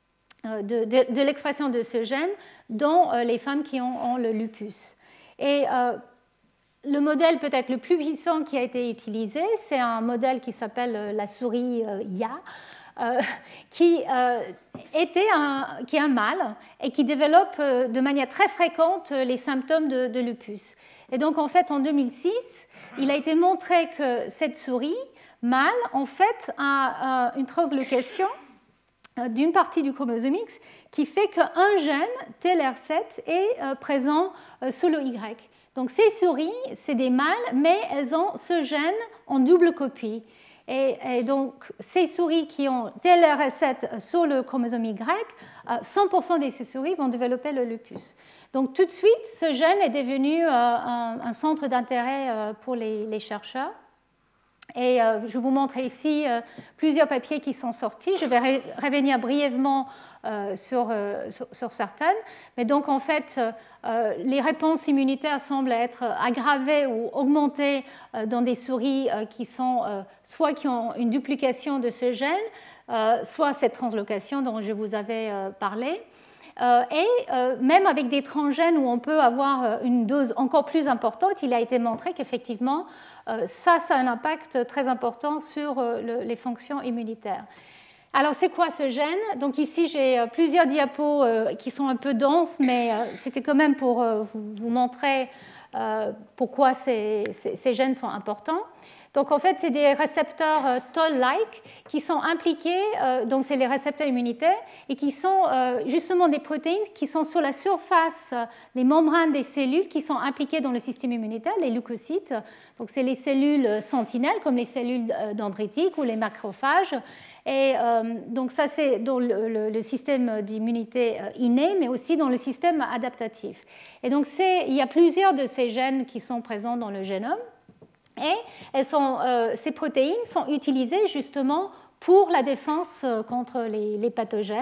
De, de, de l'expression de ce gène dans euh, les femmes qui ont, ont le lupus. Et euh, le modèle peut-être le plus puissant qui a été utilisé, c'est un modèle qui s'appelle euh, la souris euh, I A, euh, qui, euh, était un, qui est un mâle et qui développe euh, de manière très fréquente les symptômes de, de lupus. Et donc en fait en deux mille six, il a été montré que cette souris mâle en fait a, a une translocation d'une partie du chromosome X qui fait qu'un gène, T L R sept, est présent sur le Y. Donc ces souris, c'est des mâles, mais elles ont ce gène en double copie. Et, et donc ces souris qui ont T L R sept sur le chromosome Y, cent pour cent de ces souris vont développer le lupus. Donc tout de suite, ce gène est devenu un, un centre d'intérêt pour les, les chercheurs. Et euh, je vous montre ici euh, plusieurs papiers qui sont sortis. Je vais re- revenir brièvement euh, sur, euh, sur, sur certaines. Mais donc, en fait, euh, les réponses immunitaires semblent être aggravées ou augmentées euh, dans des souris euh, qui sont euh, soit qui ont une duplication de ce gène, euh, soit cette translocation dont je vous avais euh, parlé. Euh, et euh, même avec des transgènes où on peut avoir une dose encore plus importante, il a été montré qu'effectivement, euh, ça, ça a un impact très important sur euh, le, les fonctions immunitaires. Alors, c'est quoi ce gène? Donc ici, j'ai euh, plusieurs diapos euh, qui sont un peu denses, mais euh, c'était quand même pour euh, vous, vous montrer euh, pourquoi ces, ces, ces gènes sont importants. Donc, en fait, c'est des récepteurs euh, Toll-like qui sont impliqués, euh, donc c'est les récepteurs immunitaires, et qui sont euh, justement des protéines qui sont sur la surface, euh, les membranes des cellules qui sont impliquées dans le système immunitaire, les leucocytes. Donc, c'est les cellules sentinelles, comme les cellules dendritiques ou les macrophages. Et euh, donc, ça, c'est dans le, le, le système d'immunité inné, mais aussi dans le système adaptatif. Et donc, c'est, il y a plusieurs de ces gènes qui sont présents dans le génome. Et elles sont, euh, ces protéines sont utilisées justement pour la défense contre les, les pathogènes.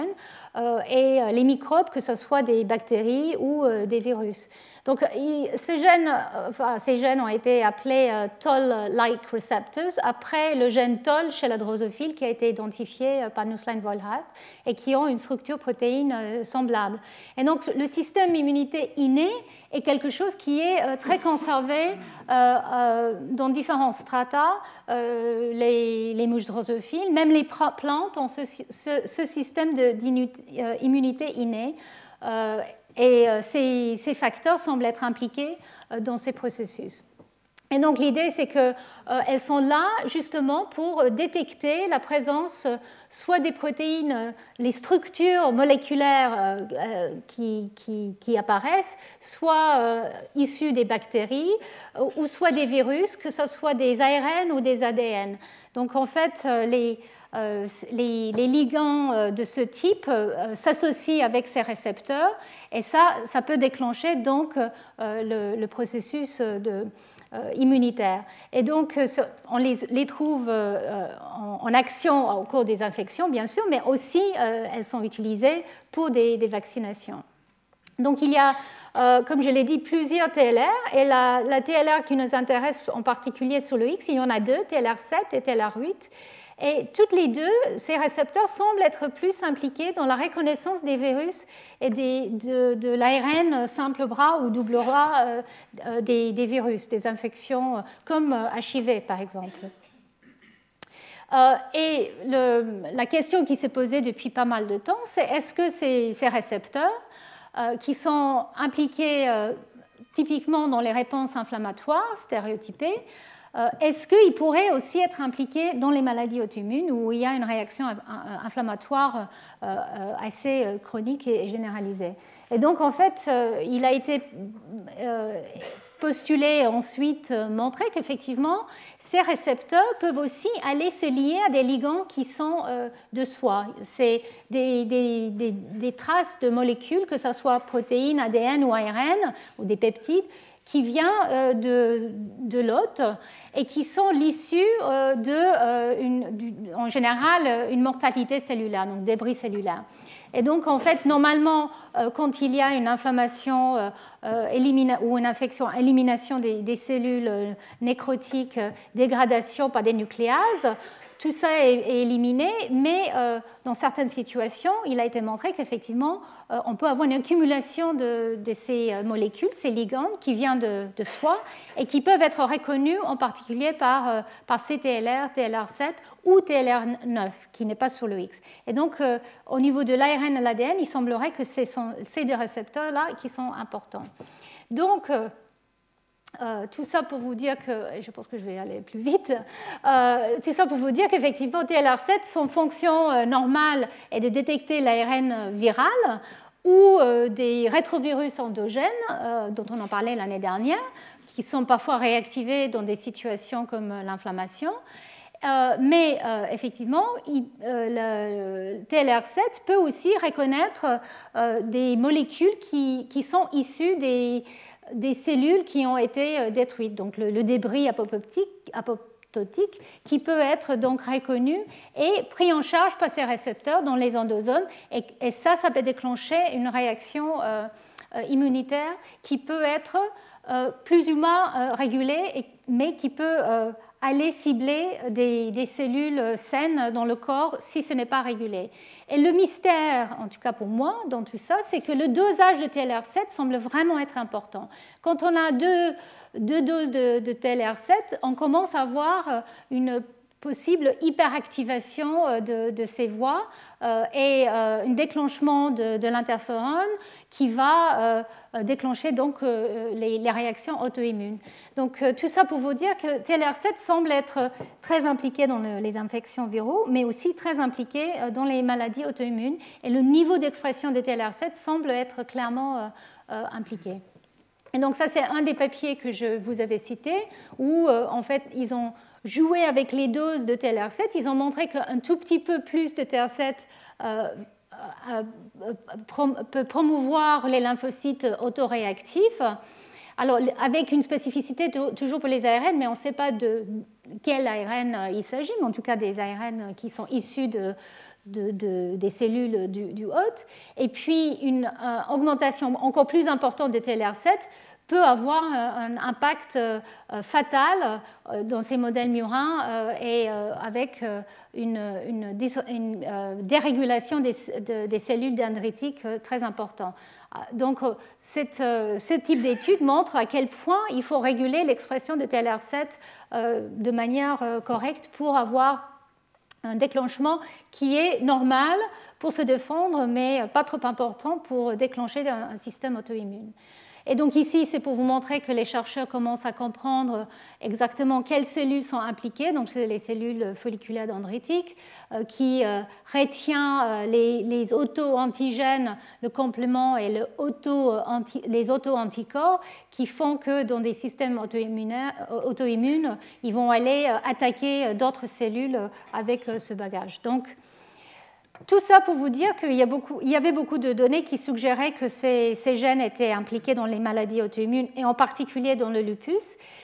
euh, et les microbes, que ce soit des bactéries ou euh, des virus. Donc, il, ce gène, enfin, ces gènes ont été appelés euh, Toll-like receptors après le gène Toll chez la drosophile qui a été identifié par Nusslein-Volhard et qui ont une structure protéine euh, semblable. Et donc, le système immunité inné est quelque chose qui est euh, très conservé euh, euh, dans différents strata, euh, les, les mouches drosophiles, même les plantes ont ce, ce, ce système d'immunité innée. Euh, Et ces, ces facteurs semblent être impliqués dans ces processus. Et donc l'idée, c'est qu'elles euh, sont là justement pour détecter la présence soit des protéines, les structures moléculaires euh, qui, qui, qui apparaissent, soit euh, issues des bactéries, euh, ou soit des virus, que ce soit des A R N ou des A D N. Donc en fait, les Euh, les, les ligands euh, de ce type euh, s'associent avec ces récepteurs et ça, ça peut déclencher donc euh, le, le processus de, euh, immunitaire. Et donc, on les, les trouve euh, en, en action au cours des infections, bien sûr, mais aussi euh, elles sont utilisées pour des, des vaccinations. Donc, il y a, euh, comme je l'ai dit, plusieurs T L R, et la, la T L R qui nous intéresse en particulier sur le X, il y en a deux, T L R sept et T L R huit. Et toutes les deux, ces récepteurs semblent être plus impliqués dans la reconnaissance des virus et des, de, de l'A R N simple bras ou double bras euh, des, des virus, des infections comme H I V par exemple. Euh, et le, la question qui s'est posée depuis pas mal de temps, c'est est-ce que ces, ces récepteurs euh, qui sont impliqués euh, typiquement dans les réponses inflammatoires stéréotypées, Euh, est-ce qu'ils pourraient aussi être impliqués dans les maladies auto-immunes où il y a une réaction inflammatoire euh, assez chronique et généralisée? Et donc, en fait, euh, il a été euh, postulé ensuite, euh, montré qu'effectivement, ces récepteurs peuvent aussi aller se lier à des ligands qui sont euh, de soi. C'est des, des, des, des traces de molécules, que ce soit protéines, A D N ou A R N, ou des peptides, qui vient euh, de, de l'hôte et qui sont l'issue euh, de, euh, une, du, en général, une mortalité cellulaire, donc débris cellulaires. Et donc, en fait, normalement, euh, quand il y a une inflammation euh, élimina- ou une infection, élimination des, des cellules euh, nécrotiques, euh, dégradation par des nucléases, tout ça est, est éliminé, mais euh, dans certaines situations, il a été montré qu'effectivement, euh, on peut avoir une accumulation de, de ces molécules, ces ligands, qui viennent de, de soi et qui peuvent être reconnus en particulier par, euh, par C T L R, T L R sept ou T L R neuf, qui n'est pas sur le X. Et donc, euh, au niveau de l'A R N et l'A D N, il semblerait que ce sont ces deux récepteurs-là qui sont importants. Donc, euh, Euh, tout ça pour vous dire que, et je pense que je vais aller plus vite, euh, tout ça pour vous dire qu'effectivement T L R sept, son fonction euh, normale est de détecter l'A R N viral ou euh, des rétrovirus endogènes, euh, dont on en parlait l'année dernière, qui sont parfois réactivés dans des situations comme l'inflammation. Euh, mais euh, effectivement, il, euh, le T L R sept peut aussi reconnaître euh, des molécules qui, qui sont issues des des cellules qui ont été détruites, donc le, le débris apoptotique, apoptotique qui peut être donc reconnu et pris en charge par ces récepteurs dans les endosomes, et, et ça, ça peut déclencher une réaction euh, euh, immunitaire qui peut être euh, plus ou moins euh, régulée, et, mais qui peut euh, aller cibler des, des cellules saines dans le corps si ce n'est pas régulé. Et le mystère, en tout cas pour moi, dans tout ça, c'est que le dosage de T L R sept semble vraiment être important. Quand on a deux, deux doses de, de T L R sept, on commence à avoir une possible hyperactivation de, de ces voies euh, et euh, un déclenchement de, de l'interférone qui va euh, déclencher donc euh, les, les réactions auto-immunes. Donc euh, tout ça pour vous dire que T L R sept semble être très impliqué dans le, les infections viraux, mais aussi très impliqué euh, dans les maladies auto-immunes. Et le niveau d'expression de T L R sept semble être clairement euh, euh, impliqué. Et donc ça, c'est un des papiers que je vous avais cité, où euh, en fait ils ont joué avec les doses de T L R sept, ils ont montré qu'un tout petit peu plus de T L R sept euh, euh, euh, prom- peut promouvoir les lymphocytes autoréactifs, Alors, avec une spécificité toujours pour les A R N, mais on ne sait pas de quel A R N il s'agit, mais en tout cas des A R N qui sont issus de, de, de, des cellules du, du hôte. Et puis, une euh, augmentation encore plus importante de T L R sept peut avoir un impact euh, fatal euh, dans ces modèles murins euh, et euh, avec euh, une, une, une euh, dérégulation des, de, des cellules dendritiques euh, très important. Donc, cette, euh, ce type d'étude montre à quel point il faut réguler l'expression de T L R sept euh, de manière euh, correcte pour avoir un déclenchement qui est normal pour se défendre, mais pas trop important pour déclencher un, un système auto-immune. Et donc ici, c'est pour vous montrer que les chercheurs commencent à comprendre exactement quelles cellules sont impliquées. Donc c'est les cellules folliculaires dendritiques euh, qui euh, retient euh, les, les auto-antigènes, le complément et le auto -anti, les auto-anticorps qui font que dans des systèmes auto-immunes, ils vont aller euh, attaquer d'autres cellules avec euh, ce bagage. Donc, tout ça pour vous dire qu'il y, a beaucoup, il y avait beaucoup de données qui suggéraient que ces, ces gènes étaient impliqués dans les maladies auto-immunes et en particulier dans le lupus.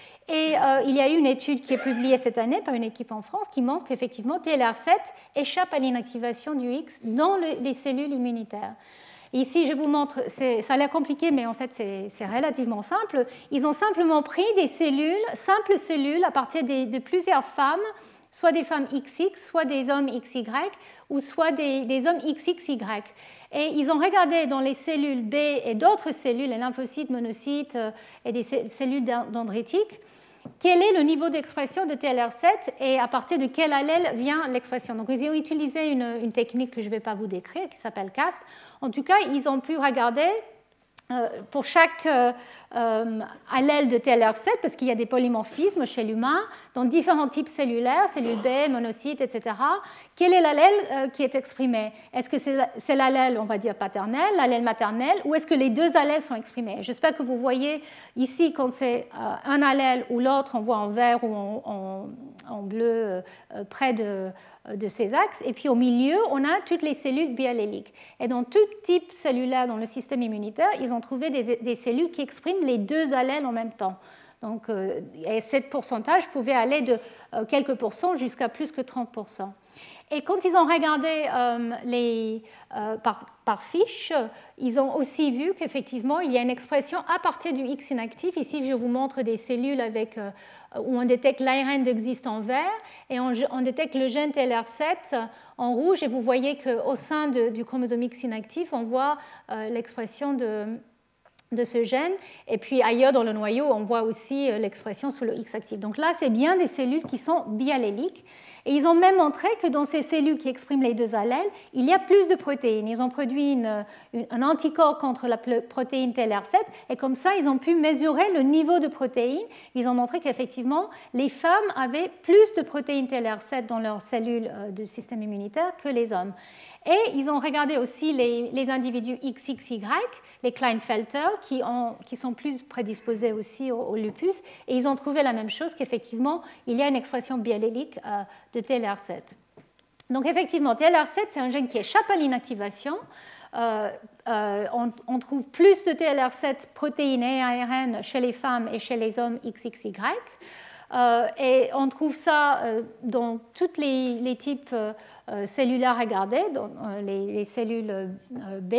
Et euh, il y a eu une étude qui est publiée cette année par une équipe en France qui montre qu'effectivement T L R sept échappe à l'inactivation du X dans le, les cellules immunitaires. Ici, je vous montre, ça a l'air compliqué, mais en fait, c'est relativement simple. Ils ont simplement pris des cellules, simples cellules, à partir de, de plusieurs femmes, soit des femmes X X, soit des hommes X Y, ou soit des, des hommes X X Y. Et ils ont regardé dans les cellules B et d'autres cellules, les lymphocytes, monocytes et des cellules dendritiques, quel est le niveau d'expression de T L R sept et à partir de quel allèle vient l'expression. Donc, ils ont utilisé une, une technique que je ne vais pas vous décrire, qui s'appelle CASP. En tout cas, ils ont pu regarder Euh, pour chaque euh, euh, allèle de T L R sept, parce qu'il y a des polymorphismes chez l'humain, dans différents types cellulaires, cellules B, monocytes, et cetera, quel est l'allèle euh, qui est exprimé? Est-ce que c'est l'allèle, on va dire, paternel, l'allèle maternel, ou est-ce que les deux allèles sont exprimés? J'espère que vous voyez ici, quand c'est euh, un allèle ou l'autre, on voit en vert ou en, en, en bleu euh, près de... de ces axes, et puis au milieu, on a toutes les cellules bialléliques. Et dans tout type cellulaire dans le système immunitaire, ils ont trouvé des, des cellules qui expriment les deux allèles en même temps. Donc, euh, et ce pourcentage pouvait aller de euh, quelques pourcents jusqu'à plus que trente pour cent. Et quand ils ont regardé euh, les, euh, par, par fiche, ils ont aussi vu qu'effectivement, il y a une expression à partir du X inactif. Ici, je vous montre des cellules avec, euh, où on détecte l'A R N d'existe en vert et on, on détecte le gène T L R sept en rouge. Et vous voyez qu'au sein de, du chromosome X inactif, on voit euh, l'expression de... de ce gène, et puis ailleurs dans le noyau, on voit aussi l'expression sous le X actif. Donc là, c'est bien des cellules qui sont bialléliques, et ils ont même montré que dans ces cellules qui expriment les deux allèles, il y a plus de protéines. Ils ont produit une, une, un anticorps contre la protéine T L R sept, et comme ça, ils ont pu mesurer le niveau de protéines. Ils ont montré qu'effectivement, les femmes avaient plus de protéines T L R sept dans leurs cellules du système immunitaire que les hommes. Et ils ont regardé aussi les, les individus X X Y, les Klinefelter, qui, ont, qui sont plus prédisposés aussi au, au lupus, et ils ont trouvé la même chose, qu'effectivement, il y a une expression biallélique euh, de T L R sept. Donc effectivement, T L R sept, c'est un gène qui échappe à l'inactivation. Euh, euh, on, on trouve plus de T L R sept protéinés A R N chez les femmes et chez les hommes X X Y. Euh, et on trouve ça euh, dans tous les, les types euh, cellulaires regardés, dans euh, les, les cellules euh, B.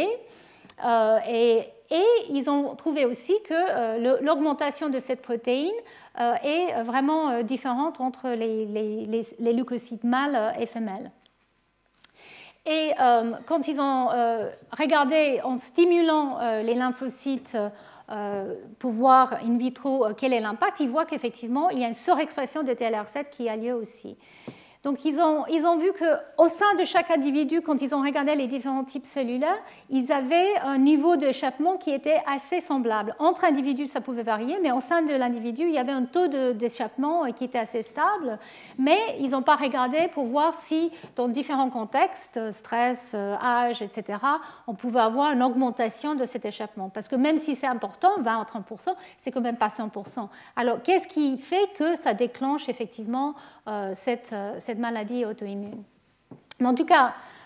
Euh, et, et ils ont trouvé aussi que euh, l'augmentation de cette protéine euh, est vraiment euh, différente entre les, les, les, les leucocytes mâles et femelles. Et euh, quand ils ont euh, regardé en stimulant euh, les lymphocytes euh, pour voir in vitro euh, quel est l'impact, ils voient qu'effectivement, il y a une surexpression de T L R sept qui a lieu aussi. Donc, ils ont, ils ont vu qu'au sein de chaque individu, quand ils ont regardé les différents types cellulaires, ils avaient un niveau d'échappement qui était assez semblable. Entre individus, ça pouvait varier, mais au sein de l'individu, il y avait un taux d'échappement qui était assez stable. Mais ils n'ont pas regardé pour voir si, dans différents contextes, stress, âge, et cetera, on pouvait avoir une augmentation de cet échappement. Parce que même si c'est important, vingt à trente pour cent, c'est quand même pas cent pour cent. Alors, qu'est-ce qui fait que ça déclenche effectivement euh, cette, cette cette maladie auto-immune. Mais en tout cas,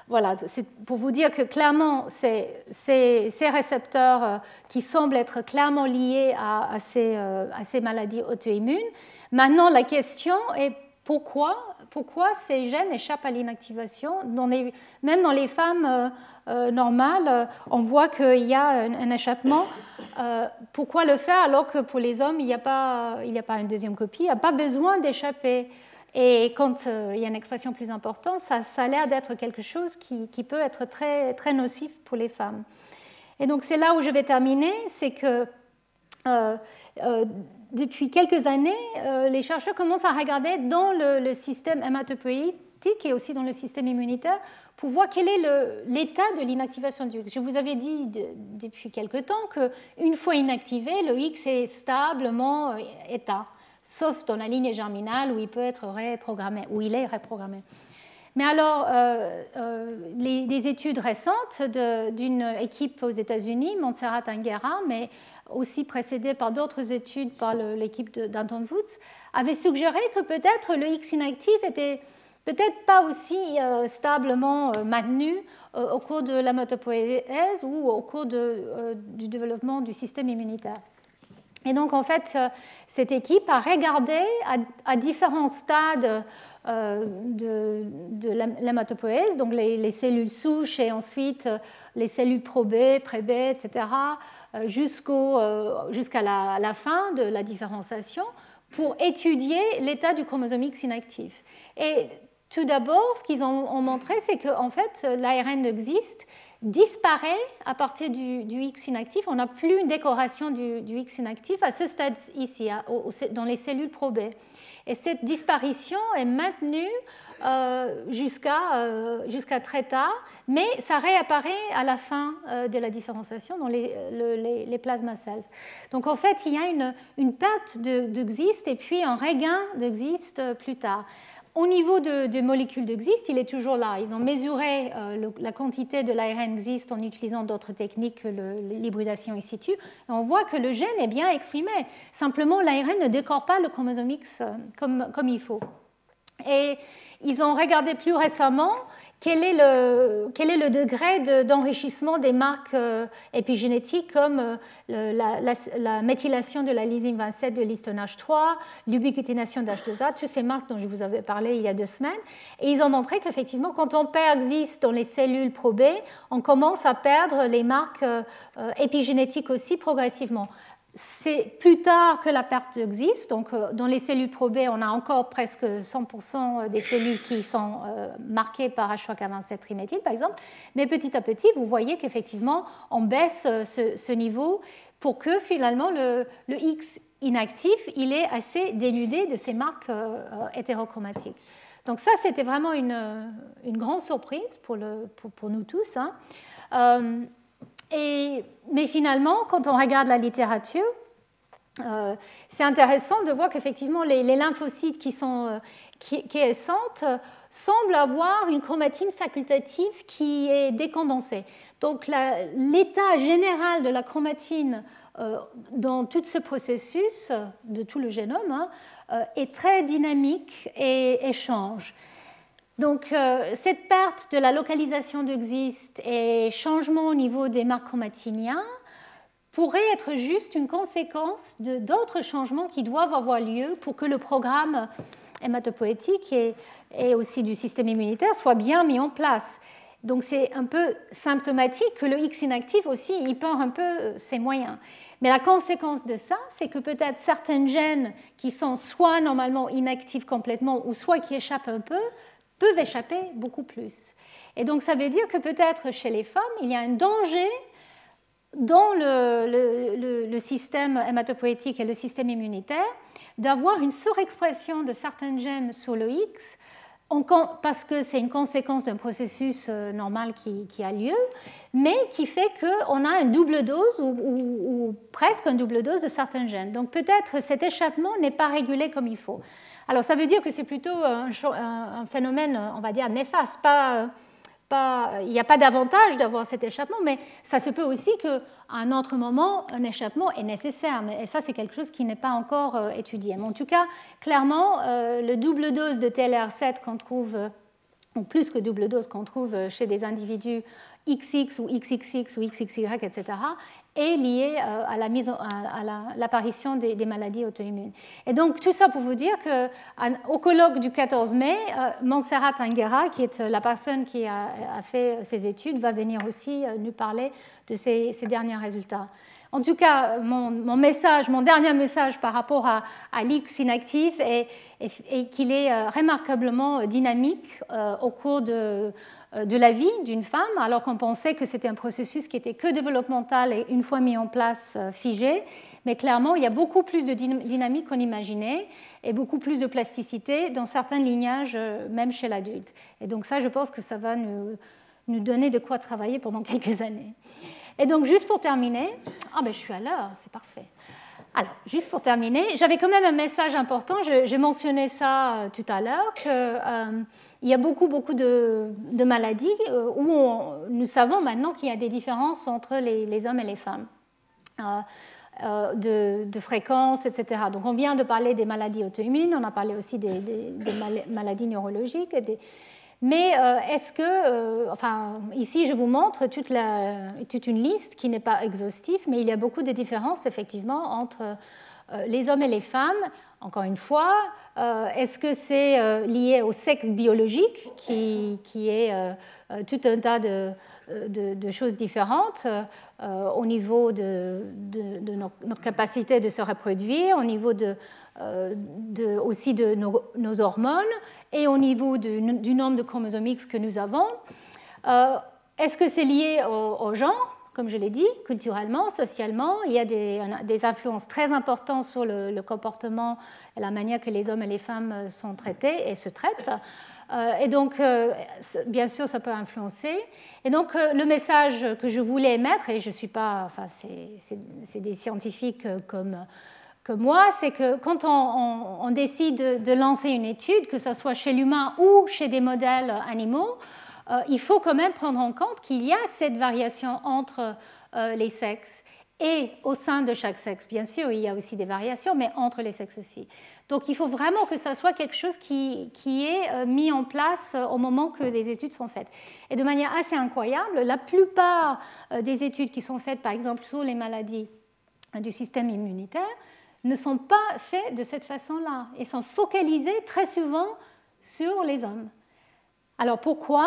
voilà, c'est pour vous dire que clairement, ces, ces, ces récepteurs euh, qui semblent être clairement liés à, à, ces, euh, à ces maladies auto-immunes. Maintenant, la question est pourquoi, pourquoi ces gènes échappent à l'inactivation. Dans les, même dans les femmes euh, euh, normales, euh, on voit qu'il y a un, un échappement. Euh, pourquoi le faire alors que pour les hommes, il n'y a pas, il n'y a pas une deuxième copie, il n'y a pas besoin d'échapper. Et quand euh, il y a une expression plus importante, ça, ça a l'air d'être quelque chose qui, qui peut être très, très nocif pour les femmes. Et donc c'est là où je vais terminer, c'est que euh, euh, depuis quelques années, euh, les chercheurs commencent à regarder dans le, le système hématopoïétique et aussi dans le système immunitaire pour voir quel est le, l'état de l'inactivation du X. Je vous avais dit de, depuis quelque temps qu'une fois inactivé, le X est stablement éteint, sauf dans la lignée germinale où il peut être reprogrammé, où il est reprogrammé. Mais alors, euh, euh, les, des études récentes de, d'une équipe aux États-Unis, Montserrat Anguera, mais aussi précédée par d'autres études par le, l'équipe de, d'Anton Woods, avaient suggéré que peut-être le X inactif était peut-être pas aussi euh, stablement euh, maintenu euh, au cours de l'hématopoïèse ou au cours de, euh, du développement du système immunitaire. Et donc, en fait, cette équipe a regardé à, à différents stades euh, de, de l'hématopoïèse, donc les, les cellules souches et ensuite les cellules pro-B, pré-B, et cetera, jusqu'au, euh, jusqu'à la, la fin de la différenciation, pour étudier l'état du chromosome X inactif. Et tout d'abord, ce qu'ils ont, ont montré, c'est qu'en fait, l'A R N existe, disparaît à partir du, du X inactif. On n'a plus une décoration du, du X inactif à ce stade ici, à, au, dans les cellules pro-B. Et cette disparition est maintenue euh, jusqu'à, euh, jusqu'à très tard, mais ça réapparaît à la fin euh, de la différenciation dans les, le, les, les plasma cells. Donc en fait, il y a une, une perte de, de X I S T et puis un regain de X I S T plus tard. Au niveau de, de molécules de X I S T, il est toujours là. Ils ont mesuré euh, le, la quantité de l'A R N X I S T en utilisant d'autres techniques que le, l'hybridation in situ. Et on voit que le gène est bien exprimé. Simplement, l'A R N ne décore pas le chromosome X euh, comme, comme il faut. Et ils ont regardé plus récemment quel est le, quel est le degré de, d'enrichissement des marques euh, épigénétiques comme euh, le, la, la, la méthylation de la lysine vingt-sept de l'histone H trois, l'ubiquitination d'H deux A, toutes ces marques dont je vous avais parlé il y a deux semaines. Et ils ont montré qu'effectivement, quand on perd X I S T dans les cellules pro-B, on commence à perdre les marques euh, épigénétiques aussi progressivement. C'est plus tard que la perte de X I S T, donc dans les cellules pro-B, on a encore presque cent pour cent des cellules qui sont marquées par H trois K vingt-sept triméthyle, par exemple, mais petit à petit, vous voyez qu'effectivement, on baisse ce, ce niveau pour que finalement le, le X inactif, il est assez dénudé de ces marques hétérochromatiques. Donc ça, c'était vraiment une, une grande surprise pour, le, pour, pour nous tous, hein. Euh, Et, mais finalement, quand on regarde la littérature, euh, c'est intéressant de voir qu'effectivement, les, les lymphocytes qui sont euh, quiescentes euh, semblent avoir une chromatine facultative qui est décondensée. Donc, la, l'état général de la chromatine euh, dans tout ce processus de tout le génome hein, euh, est très dynamique et, et change. Donc, euh, cette perte de la localisation de X I S T et changement au niveau des marques chromatiniens pourrait être juste une conséquence de, d'autres changements qui doivent avoir lieu pour que le programme hématopoïétique et, et aussi du système immunitaire soit bien mis en place. Donc, c'est un peu symptomatique que le X inactif aussi, il perd un peu ses moyens. Mais la conséquence de ça, c'est que peut-être certains gènes qui sont soit normalement inactifs complètement ou soit qui échappent un peu, peuvent échapper beaucoup plus. Et donc, ça veut dire que peut-être chez les femmes, il y a un danger dans le, le, le, le système hématopoïétique et le système immunitaire d'avoir une surexpression de certains gènes sur le X, parce que c'est une conséquence d'un processus normal qui, qui a lieu, mais qui fait qu'on a une double dose ou, ou, ou presque une double dose de certains gènes. Donc, peut-être cet échappement n'est pas régulé comme il faut. Alors, ça veut dire que c'est plutôt un, un phénomène, on va dire, néfaste. Pas, pas, il n'y a pas d'avantage d'avoir cet échappement, mais ça se peut aussi qu'à un autre moment, un échappement est nécessaire. Et ça, c'est quelque chose qui n'est pas encore étudié. Mais en tout cas, clairement, euh, le double dose de T L R sept qu'on trouve ou plus que double dose qu'on trouve chez des individus X X ou X X X ou X X Y, et cetera, est liée à la mise, à l'apparition des, des maladies auto-immunes. Et donc, tout ça pour vous dire qu'au colloque du quatorze mai, Montserrat Anguera, qui est la personne qui a, a fait ces études, va venir aussi nous parler de ces, ces derniers résultats. En tout cas, mon, mon message, mon dernier message par rapport à, à l'X inactif est, est, est qu'il est remarquablement dynamique euh, au cours de, de la vie d'une femme, alors qu'on pensait que c'était un processus qui était que développemental et une fois mis en place euh, figé. Mais clairement, il y a beaucoup plus de dynamique qu'on imaginait et beaucoup plus de plasticité dans certains lignages, euh, même chez l'adulte. Et donc ça, je pense que ça va nous, nous donner de quoi travailler pendant quelques années. Et donc, juste pour terminer, ah ben je suis à l'heure, c'est parfait. Alors, juste pour terminer, j'avais quand même un message important, j'ai mentionné ça euh, tout à l'heure, qu'il euh, y a beaucoup, beaucoup de, de maladies euh, où on, nous savons maintenant qu'il y a des différences entre les, les hommes et les femmes, euh, euh, de, de fréquence, et cetera. Donc, on vient de parler des maladies auto-immunes, on a parlé aussi des, des, des maladies neurologiques, des, mais euh, est-ce que, euh, enfin, ici je vous montre toute, la, toute une liste qui n'est pas exhaustive, mais il y a beaucoup de différences effectivement entre euh, les hommes et les femmes. Encore une fois, euh, est-ce que c'est euh, lié au sexe biologique, qui, qui est euh, tout un tas de, de, de choses différentes euh, au niveau de, de, de notre capacité de se reproduire, au niveau de, euh, de, aussi de nos, nos hormones et au niveau du, du nombre de chromosomes X que nous avons. Euh, est-ce que c'est lié au, au genre? Comme je l'ai dit, culturellement, socialement, il y a des, des influences très importantes sur le, le comportement et la manière que les hommes et les femmes sont traités et se traitent. Euh, et donc, euh, bien sûr, ça peut influencer. Et donc, euh, le message que je voulais émettre, et je ne suis pas, enfin, c'est des scientifiques comme, comme moi, c'est que quand on, on, on décide de, de lancer une étude, que ce soit chez l'humain ou chez des modèles animaux, Euh, il faut quand même prendre en compte qu'il y a cette variation entre euh, les sexes et au sein de chaque sexe. Bien sûr, il y a aussi des variations, mais entre les sexes aussi. Donc, il faut vraiment que ça soit quelque chose qui, qui est euh, mis en place euh, au moment que des études sont faites. Et de manière assez incroyable, la plupart euh, des études qui sont faites, par exemple, sur les maladies euh, du système immunitaire, ne sont pas faites de cette façon-là et sont focalisées très souvent sur les hommes. Alors pourquoi?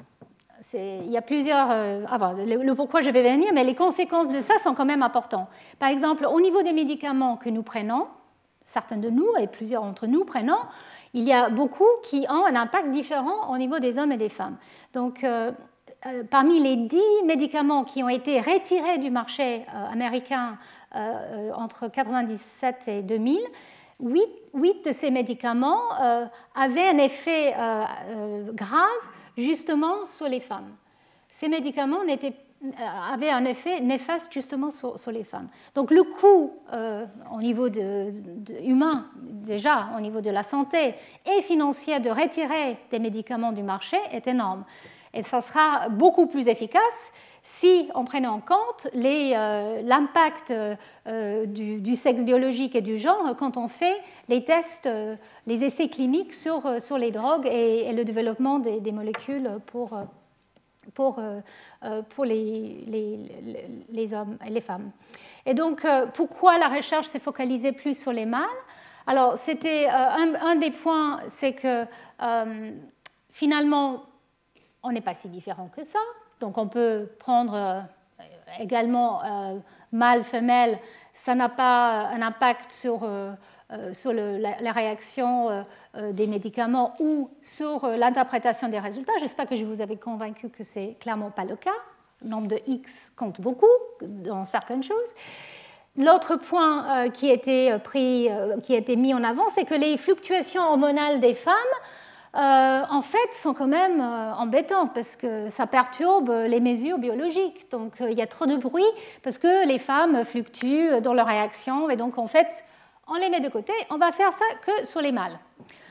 Il y a plusieurs... Euh, avant, le, le pourquoi je vais venir, mais les conséquences de ça sont quand même importantes. Par exemple, au niveau des médicaments que nous prenons, certains de nous et plusieurs d'entre nous prenons, il y a beaucoup qui ont un impact différent au niveau des hommes et des femmes. Donc, euh, euh, parmi les dix médicaments qui ont été retirés du marché euh, américain euh, entre mille neuf cent quatre-vingt-dix-sept et deux mille, Huit, huit de ces médicaments euh, avaient un effet euh, euh, grave justement sur les femmes. Ces médicaments étaient, euh, avaient un effet néfaste justement sur, sur les femmes. Donc le coût euh, au niveau de, de, humain, déjà au niveau de la santé et financier de retirer des médicaments du marché est énorme. Et ça sera beaucoup plus efficace si on prenait en compte euh, l'impact euh, du, du sexe biologique et du genre quand on fait les tests, euh, les essais cliniques sur, euh, sur les drogues et, et le développement des, des molécules pour, pour, euh, pour les, les, les hommes et les femmes. Et donc, euh, pourquoi la recherche s'est focalisée plus sur les mâles? Alors, c'était euh, un, un des points, c'est que euh, finalement, on n'est pas si différent que ça. Donc on peut prendre euh, également euh, mâle, femelle, ça n'a pas un impact sur, euh, sur le, la, la réaction euh, des médicaments ou sur euh, l'interprétation des résultats. J'espère que je vous avais convaincu que ce n'est clairement pas le cas. Le nombre de X compte beaucoup dans certaines choses. L'autre point euh, qui, était pris, euh, qui a été mis en avant, c'est que les fluctuations hormonales des femmes Euh, en fait, sont quand même euh, embêtants parce que ça perturbe les mesures biologiques. Donc, euh, il y a trop de bruit parce que les femmes fluctuent dans leur réaction et donc, en fait, on les met de côté. On va faire ça que sur les mâles.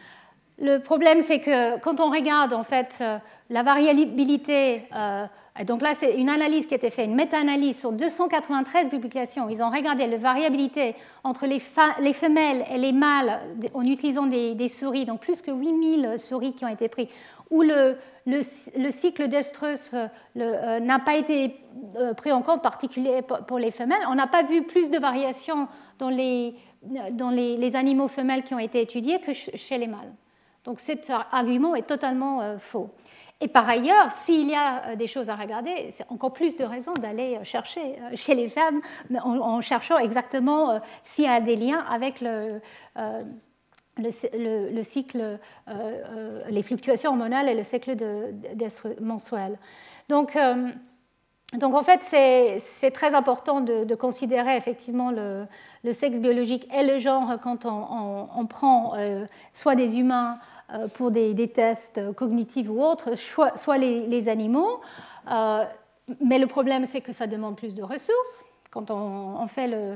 Le problème, c'est que quand on regarde, en fait, euh, la variabilité, euh, et donc là, c'est une analyse qui a été faite, une méta-analyse sur deux cent quatre-vingt-treize publications. Ils ont regardé la variabilité entre les, les femelles et les mâles en utilisant des, des souris, donc plus que huit mille souris qui ont été prises, où le, le, le cycle d'estrus euh, n'a pas été euh, pris en compte, particulier pour les femelles. On n'a pas vu plus de variations dans les, dans les, les animaux femelles qui ont été étudiés que chez les mâles. Donc cet argument est totalement euh, faux. Et par ailleurs, s'il y a des choses à regarder, c'est encore plus de raisons d'aller chercher chez les femmes en, en cherchant exactement euh, s'il y a des liens avec le, euh, le, le, le cycle, euh, euh, les fluctuations hormonales et le cycle de, de, mensuel. Donc, euh, donc en fait, c'est, c'est très important de, de considérer effectivement le, le sexe biologique et le genre quand on, on, on prend euh, soit des humains pour des, des tests cognitifs ou autres, soit, soit les, les animaux. Euh, mais le problème, c'est que ça demande plus de ressources. Quand on, on fait le,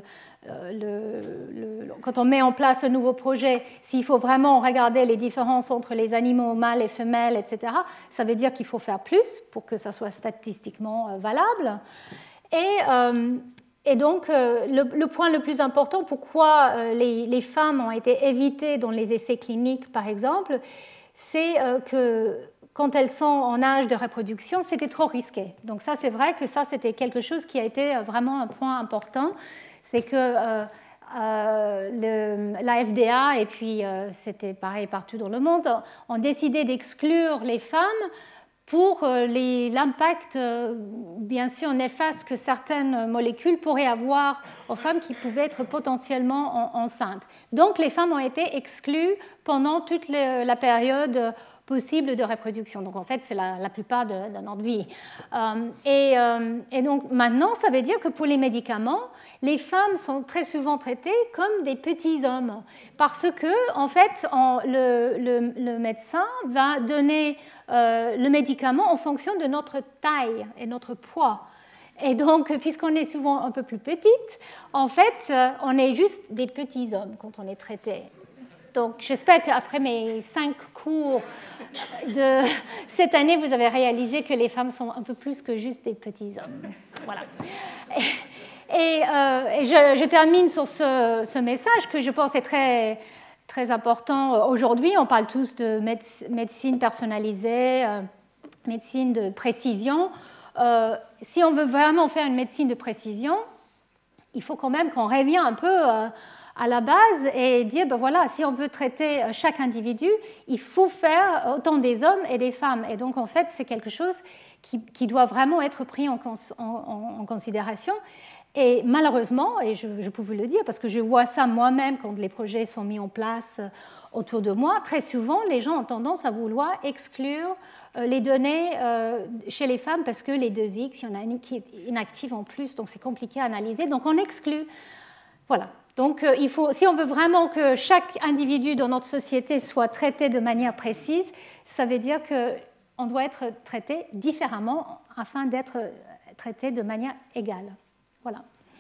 le, le, quand on met en place un nouveau projet, s'il faut vraiment regarder les différences entre les animaux mâles et femelles, et cetera, ça veut dire qu'il faut faire plus pour que ça soit statistiquement valable. Et... Euh, Et donc, euh, le, le point le plus important, pourquoi euh, les, les femmes ont été évitées dans les essais cliniques, par exemple, c'est euh, que quand elles sont en âge de reproduction, c'était trop risqué. Donc ça, c'est vrai que ça, c'était quelque chose qui a été vraiment un point important. C'est que euh, euh, le, la F D A, et puis euh, c'était pareil partout dans le monde, ont décidé d'exclure les femmes pour l'impact, bien sûr, néfaste que certaines molécules pourraient avoir aux femmes qui pouvaient être potentiellement enceintes. Donc, les femmes ont été exclues pendant toute la période possible de reproduction. Donc, en fait, c'est la, la plupart de, de notre vie. Euh, et, euh, et donc, maintenant, ça veut dire que pour les médicaments, les femmes sont très souvent traitées comme des petits hommes parce que, en fait, en, le, le, le médecin va donner euh, le médicament en fonction de notre taille et notre poids. Et donc, puisqu'on est souvent un peu plus petite, en fait, on est juste des petits hommes quand on est traité. Donc, j'espère qu'après mes cinq cours de cette année, vous avez réalisé que les femmes sont un peu plus que juste des petits hommes. Voilà. Et, et, euh, et je, je termine sur ce, ce message que je pense est très, très important aujourd'hui. On parle tous de médecine personnalisée, euh, médecine de précision. Euh, si on veut vraiment faire une médecine de précision, il faut quand même qu'on revienne un peu euh, à la base et dire, ben voilà, si on veut traiter chaque individu, il faut faire autant des hommes et des femmes. Et donc, en fait, c'est quelque chose qui, qui doit vraiment être pris en, en, en considération. Et malheureusement, et je, je peux vous le dire, parce que je vois ça moi-même quand les projets sont mis en place autour de moi, très souvent, les gens ont tendance à vouloir exclure les données chez les femmes parce que les deux X, il y en a une qui est inactive en plus, donc c'est compliqué à analyser. Donc, on exclut. Voilà. Donc, il faut, si on veut vraiment que chaque individu dans notre société soit traité de manière précise, ça veut dire qu'on doit être traité différemment afin d'être traité de manière égale. Voilà.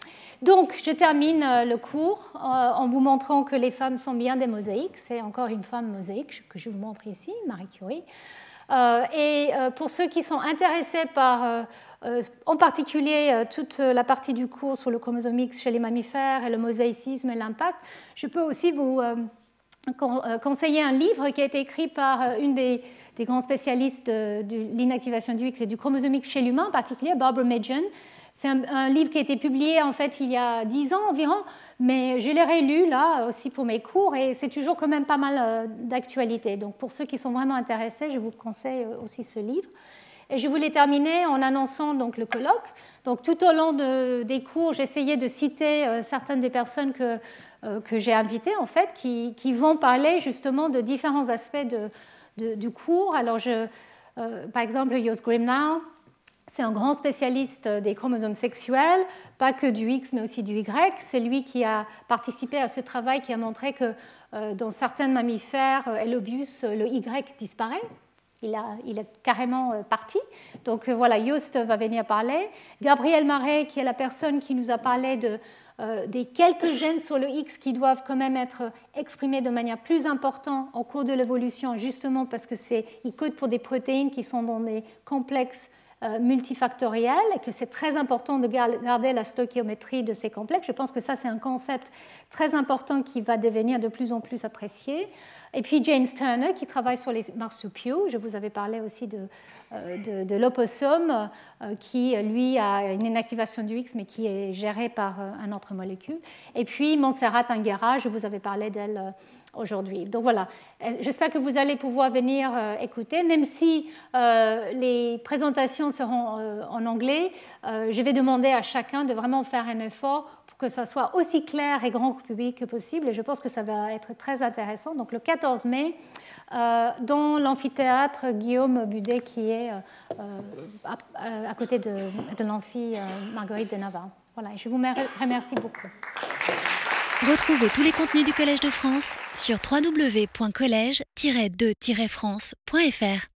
Donc, je termine le cours en vous montrant que les femmes sont bien des mosaïques. C'est encore une femme mosaïque que je vous montre ici, Marie Curie. Euh, et euh, pour ceux qui sont intéressés par, euh, euh, en particulier, euh, toute la partie du cours sur le chromosome X chez les mammifères et le mosaïcisme et l'impact, je peux aussi vous euh, con, euh, conseiller un livre qui a été écrit par euh, une des, des grands spécialistes de, de l'inactivation du X et du chromosome X chez l'humain, en particulier Barbara Majan. C'est un, un livre qui a été publié en fait il y a dix ans environ, mais je l'ai relu là aussi pour mes cours et c'est toujours quand même pas mal d'actualité. Donc pour ceux qui sont vraiment intéressés, je vous conseille aussi ce livre. Et je voulais terminer en annonçant donc le colloque. Donc tout au long de, des cours, j'essayais de citer euh, certaines des personnes que, euh, que j'ai invitées en fait, qui, qui vont parler justement de différents aspects de, de, du cours. Alors je, euh, par exemple, Jos Grimnau. C'est un grand spécialiste des chromosomes sexuels, pas que du X, mais aussi du Y. C'est lui qui a participé à ce travail qui a montré que euh, dans certains mammifères, euh, Elobius, le Y disparaît. Il, a, il est carrément euh, parti. Donc euh, voilà, Joost va venir parler. Gabriel Marais, qui est la personne qui nous a parlé de, euh, des quelques gènes sur le X qui doivent quand même être exprimés de manière plus importante au cours de l'évolution, justement parce que c'est, ils codent pour des protéines qui sont dans des complexes multifactoriel et que c'est très important de garder la stoichiométrie de ces complexes. Je pense que ça, c'est un concept très important qui va devenir de plus en plus apprécié. Et puis James Turner qui travaille sur les marsupiaux. Je vous avais parlé aussi de, de, de l'opossum qui, lui, a une inactivation du X mais qui est géré par un autre molécule. Et puis Montserrat Anguera, je vous avais parlé d'elle aujourd'hui. Donc voilà, j'espère que vous allez pouvoir venir euh, écouter, même si euh, les présentations seront euh, en anglais, euh, je vais demander à chacun de vraiment faire un effort pour que ça soit aussi clair et grand public que possible, et je pense que ça va être très intéressant. Donc le quatorze mai, euh, dans l'amphithéâtre Guillaume Budet, qui est euh, à, à côté de, de l'amphi euh, Marguerite de Navarre. Voilà, et je vous remercie beaucoup. Retrouvez tous les contenus du Collège de France sur w w w point collège tiret de tiret france point f r.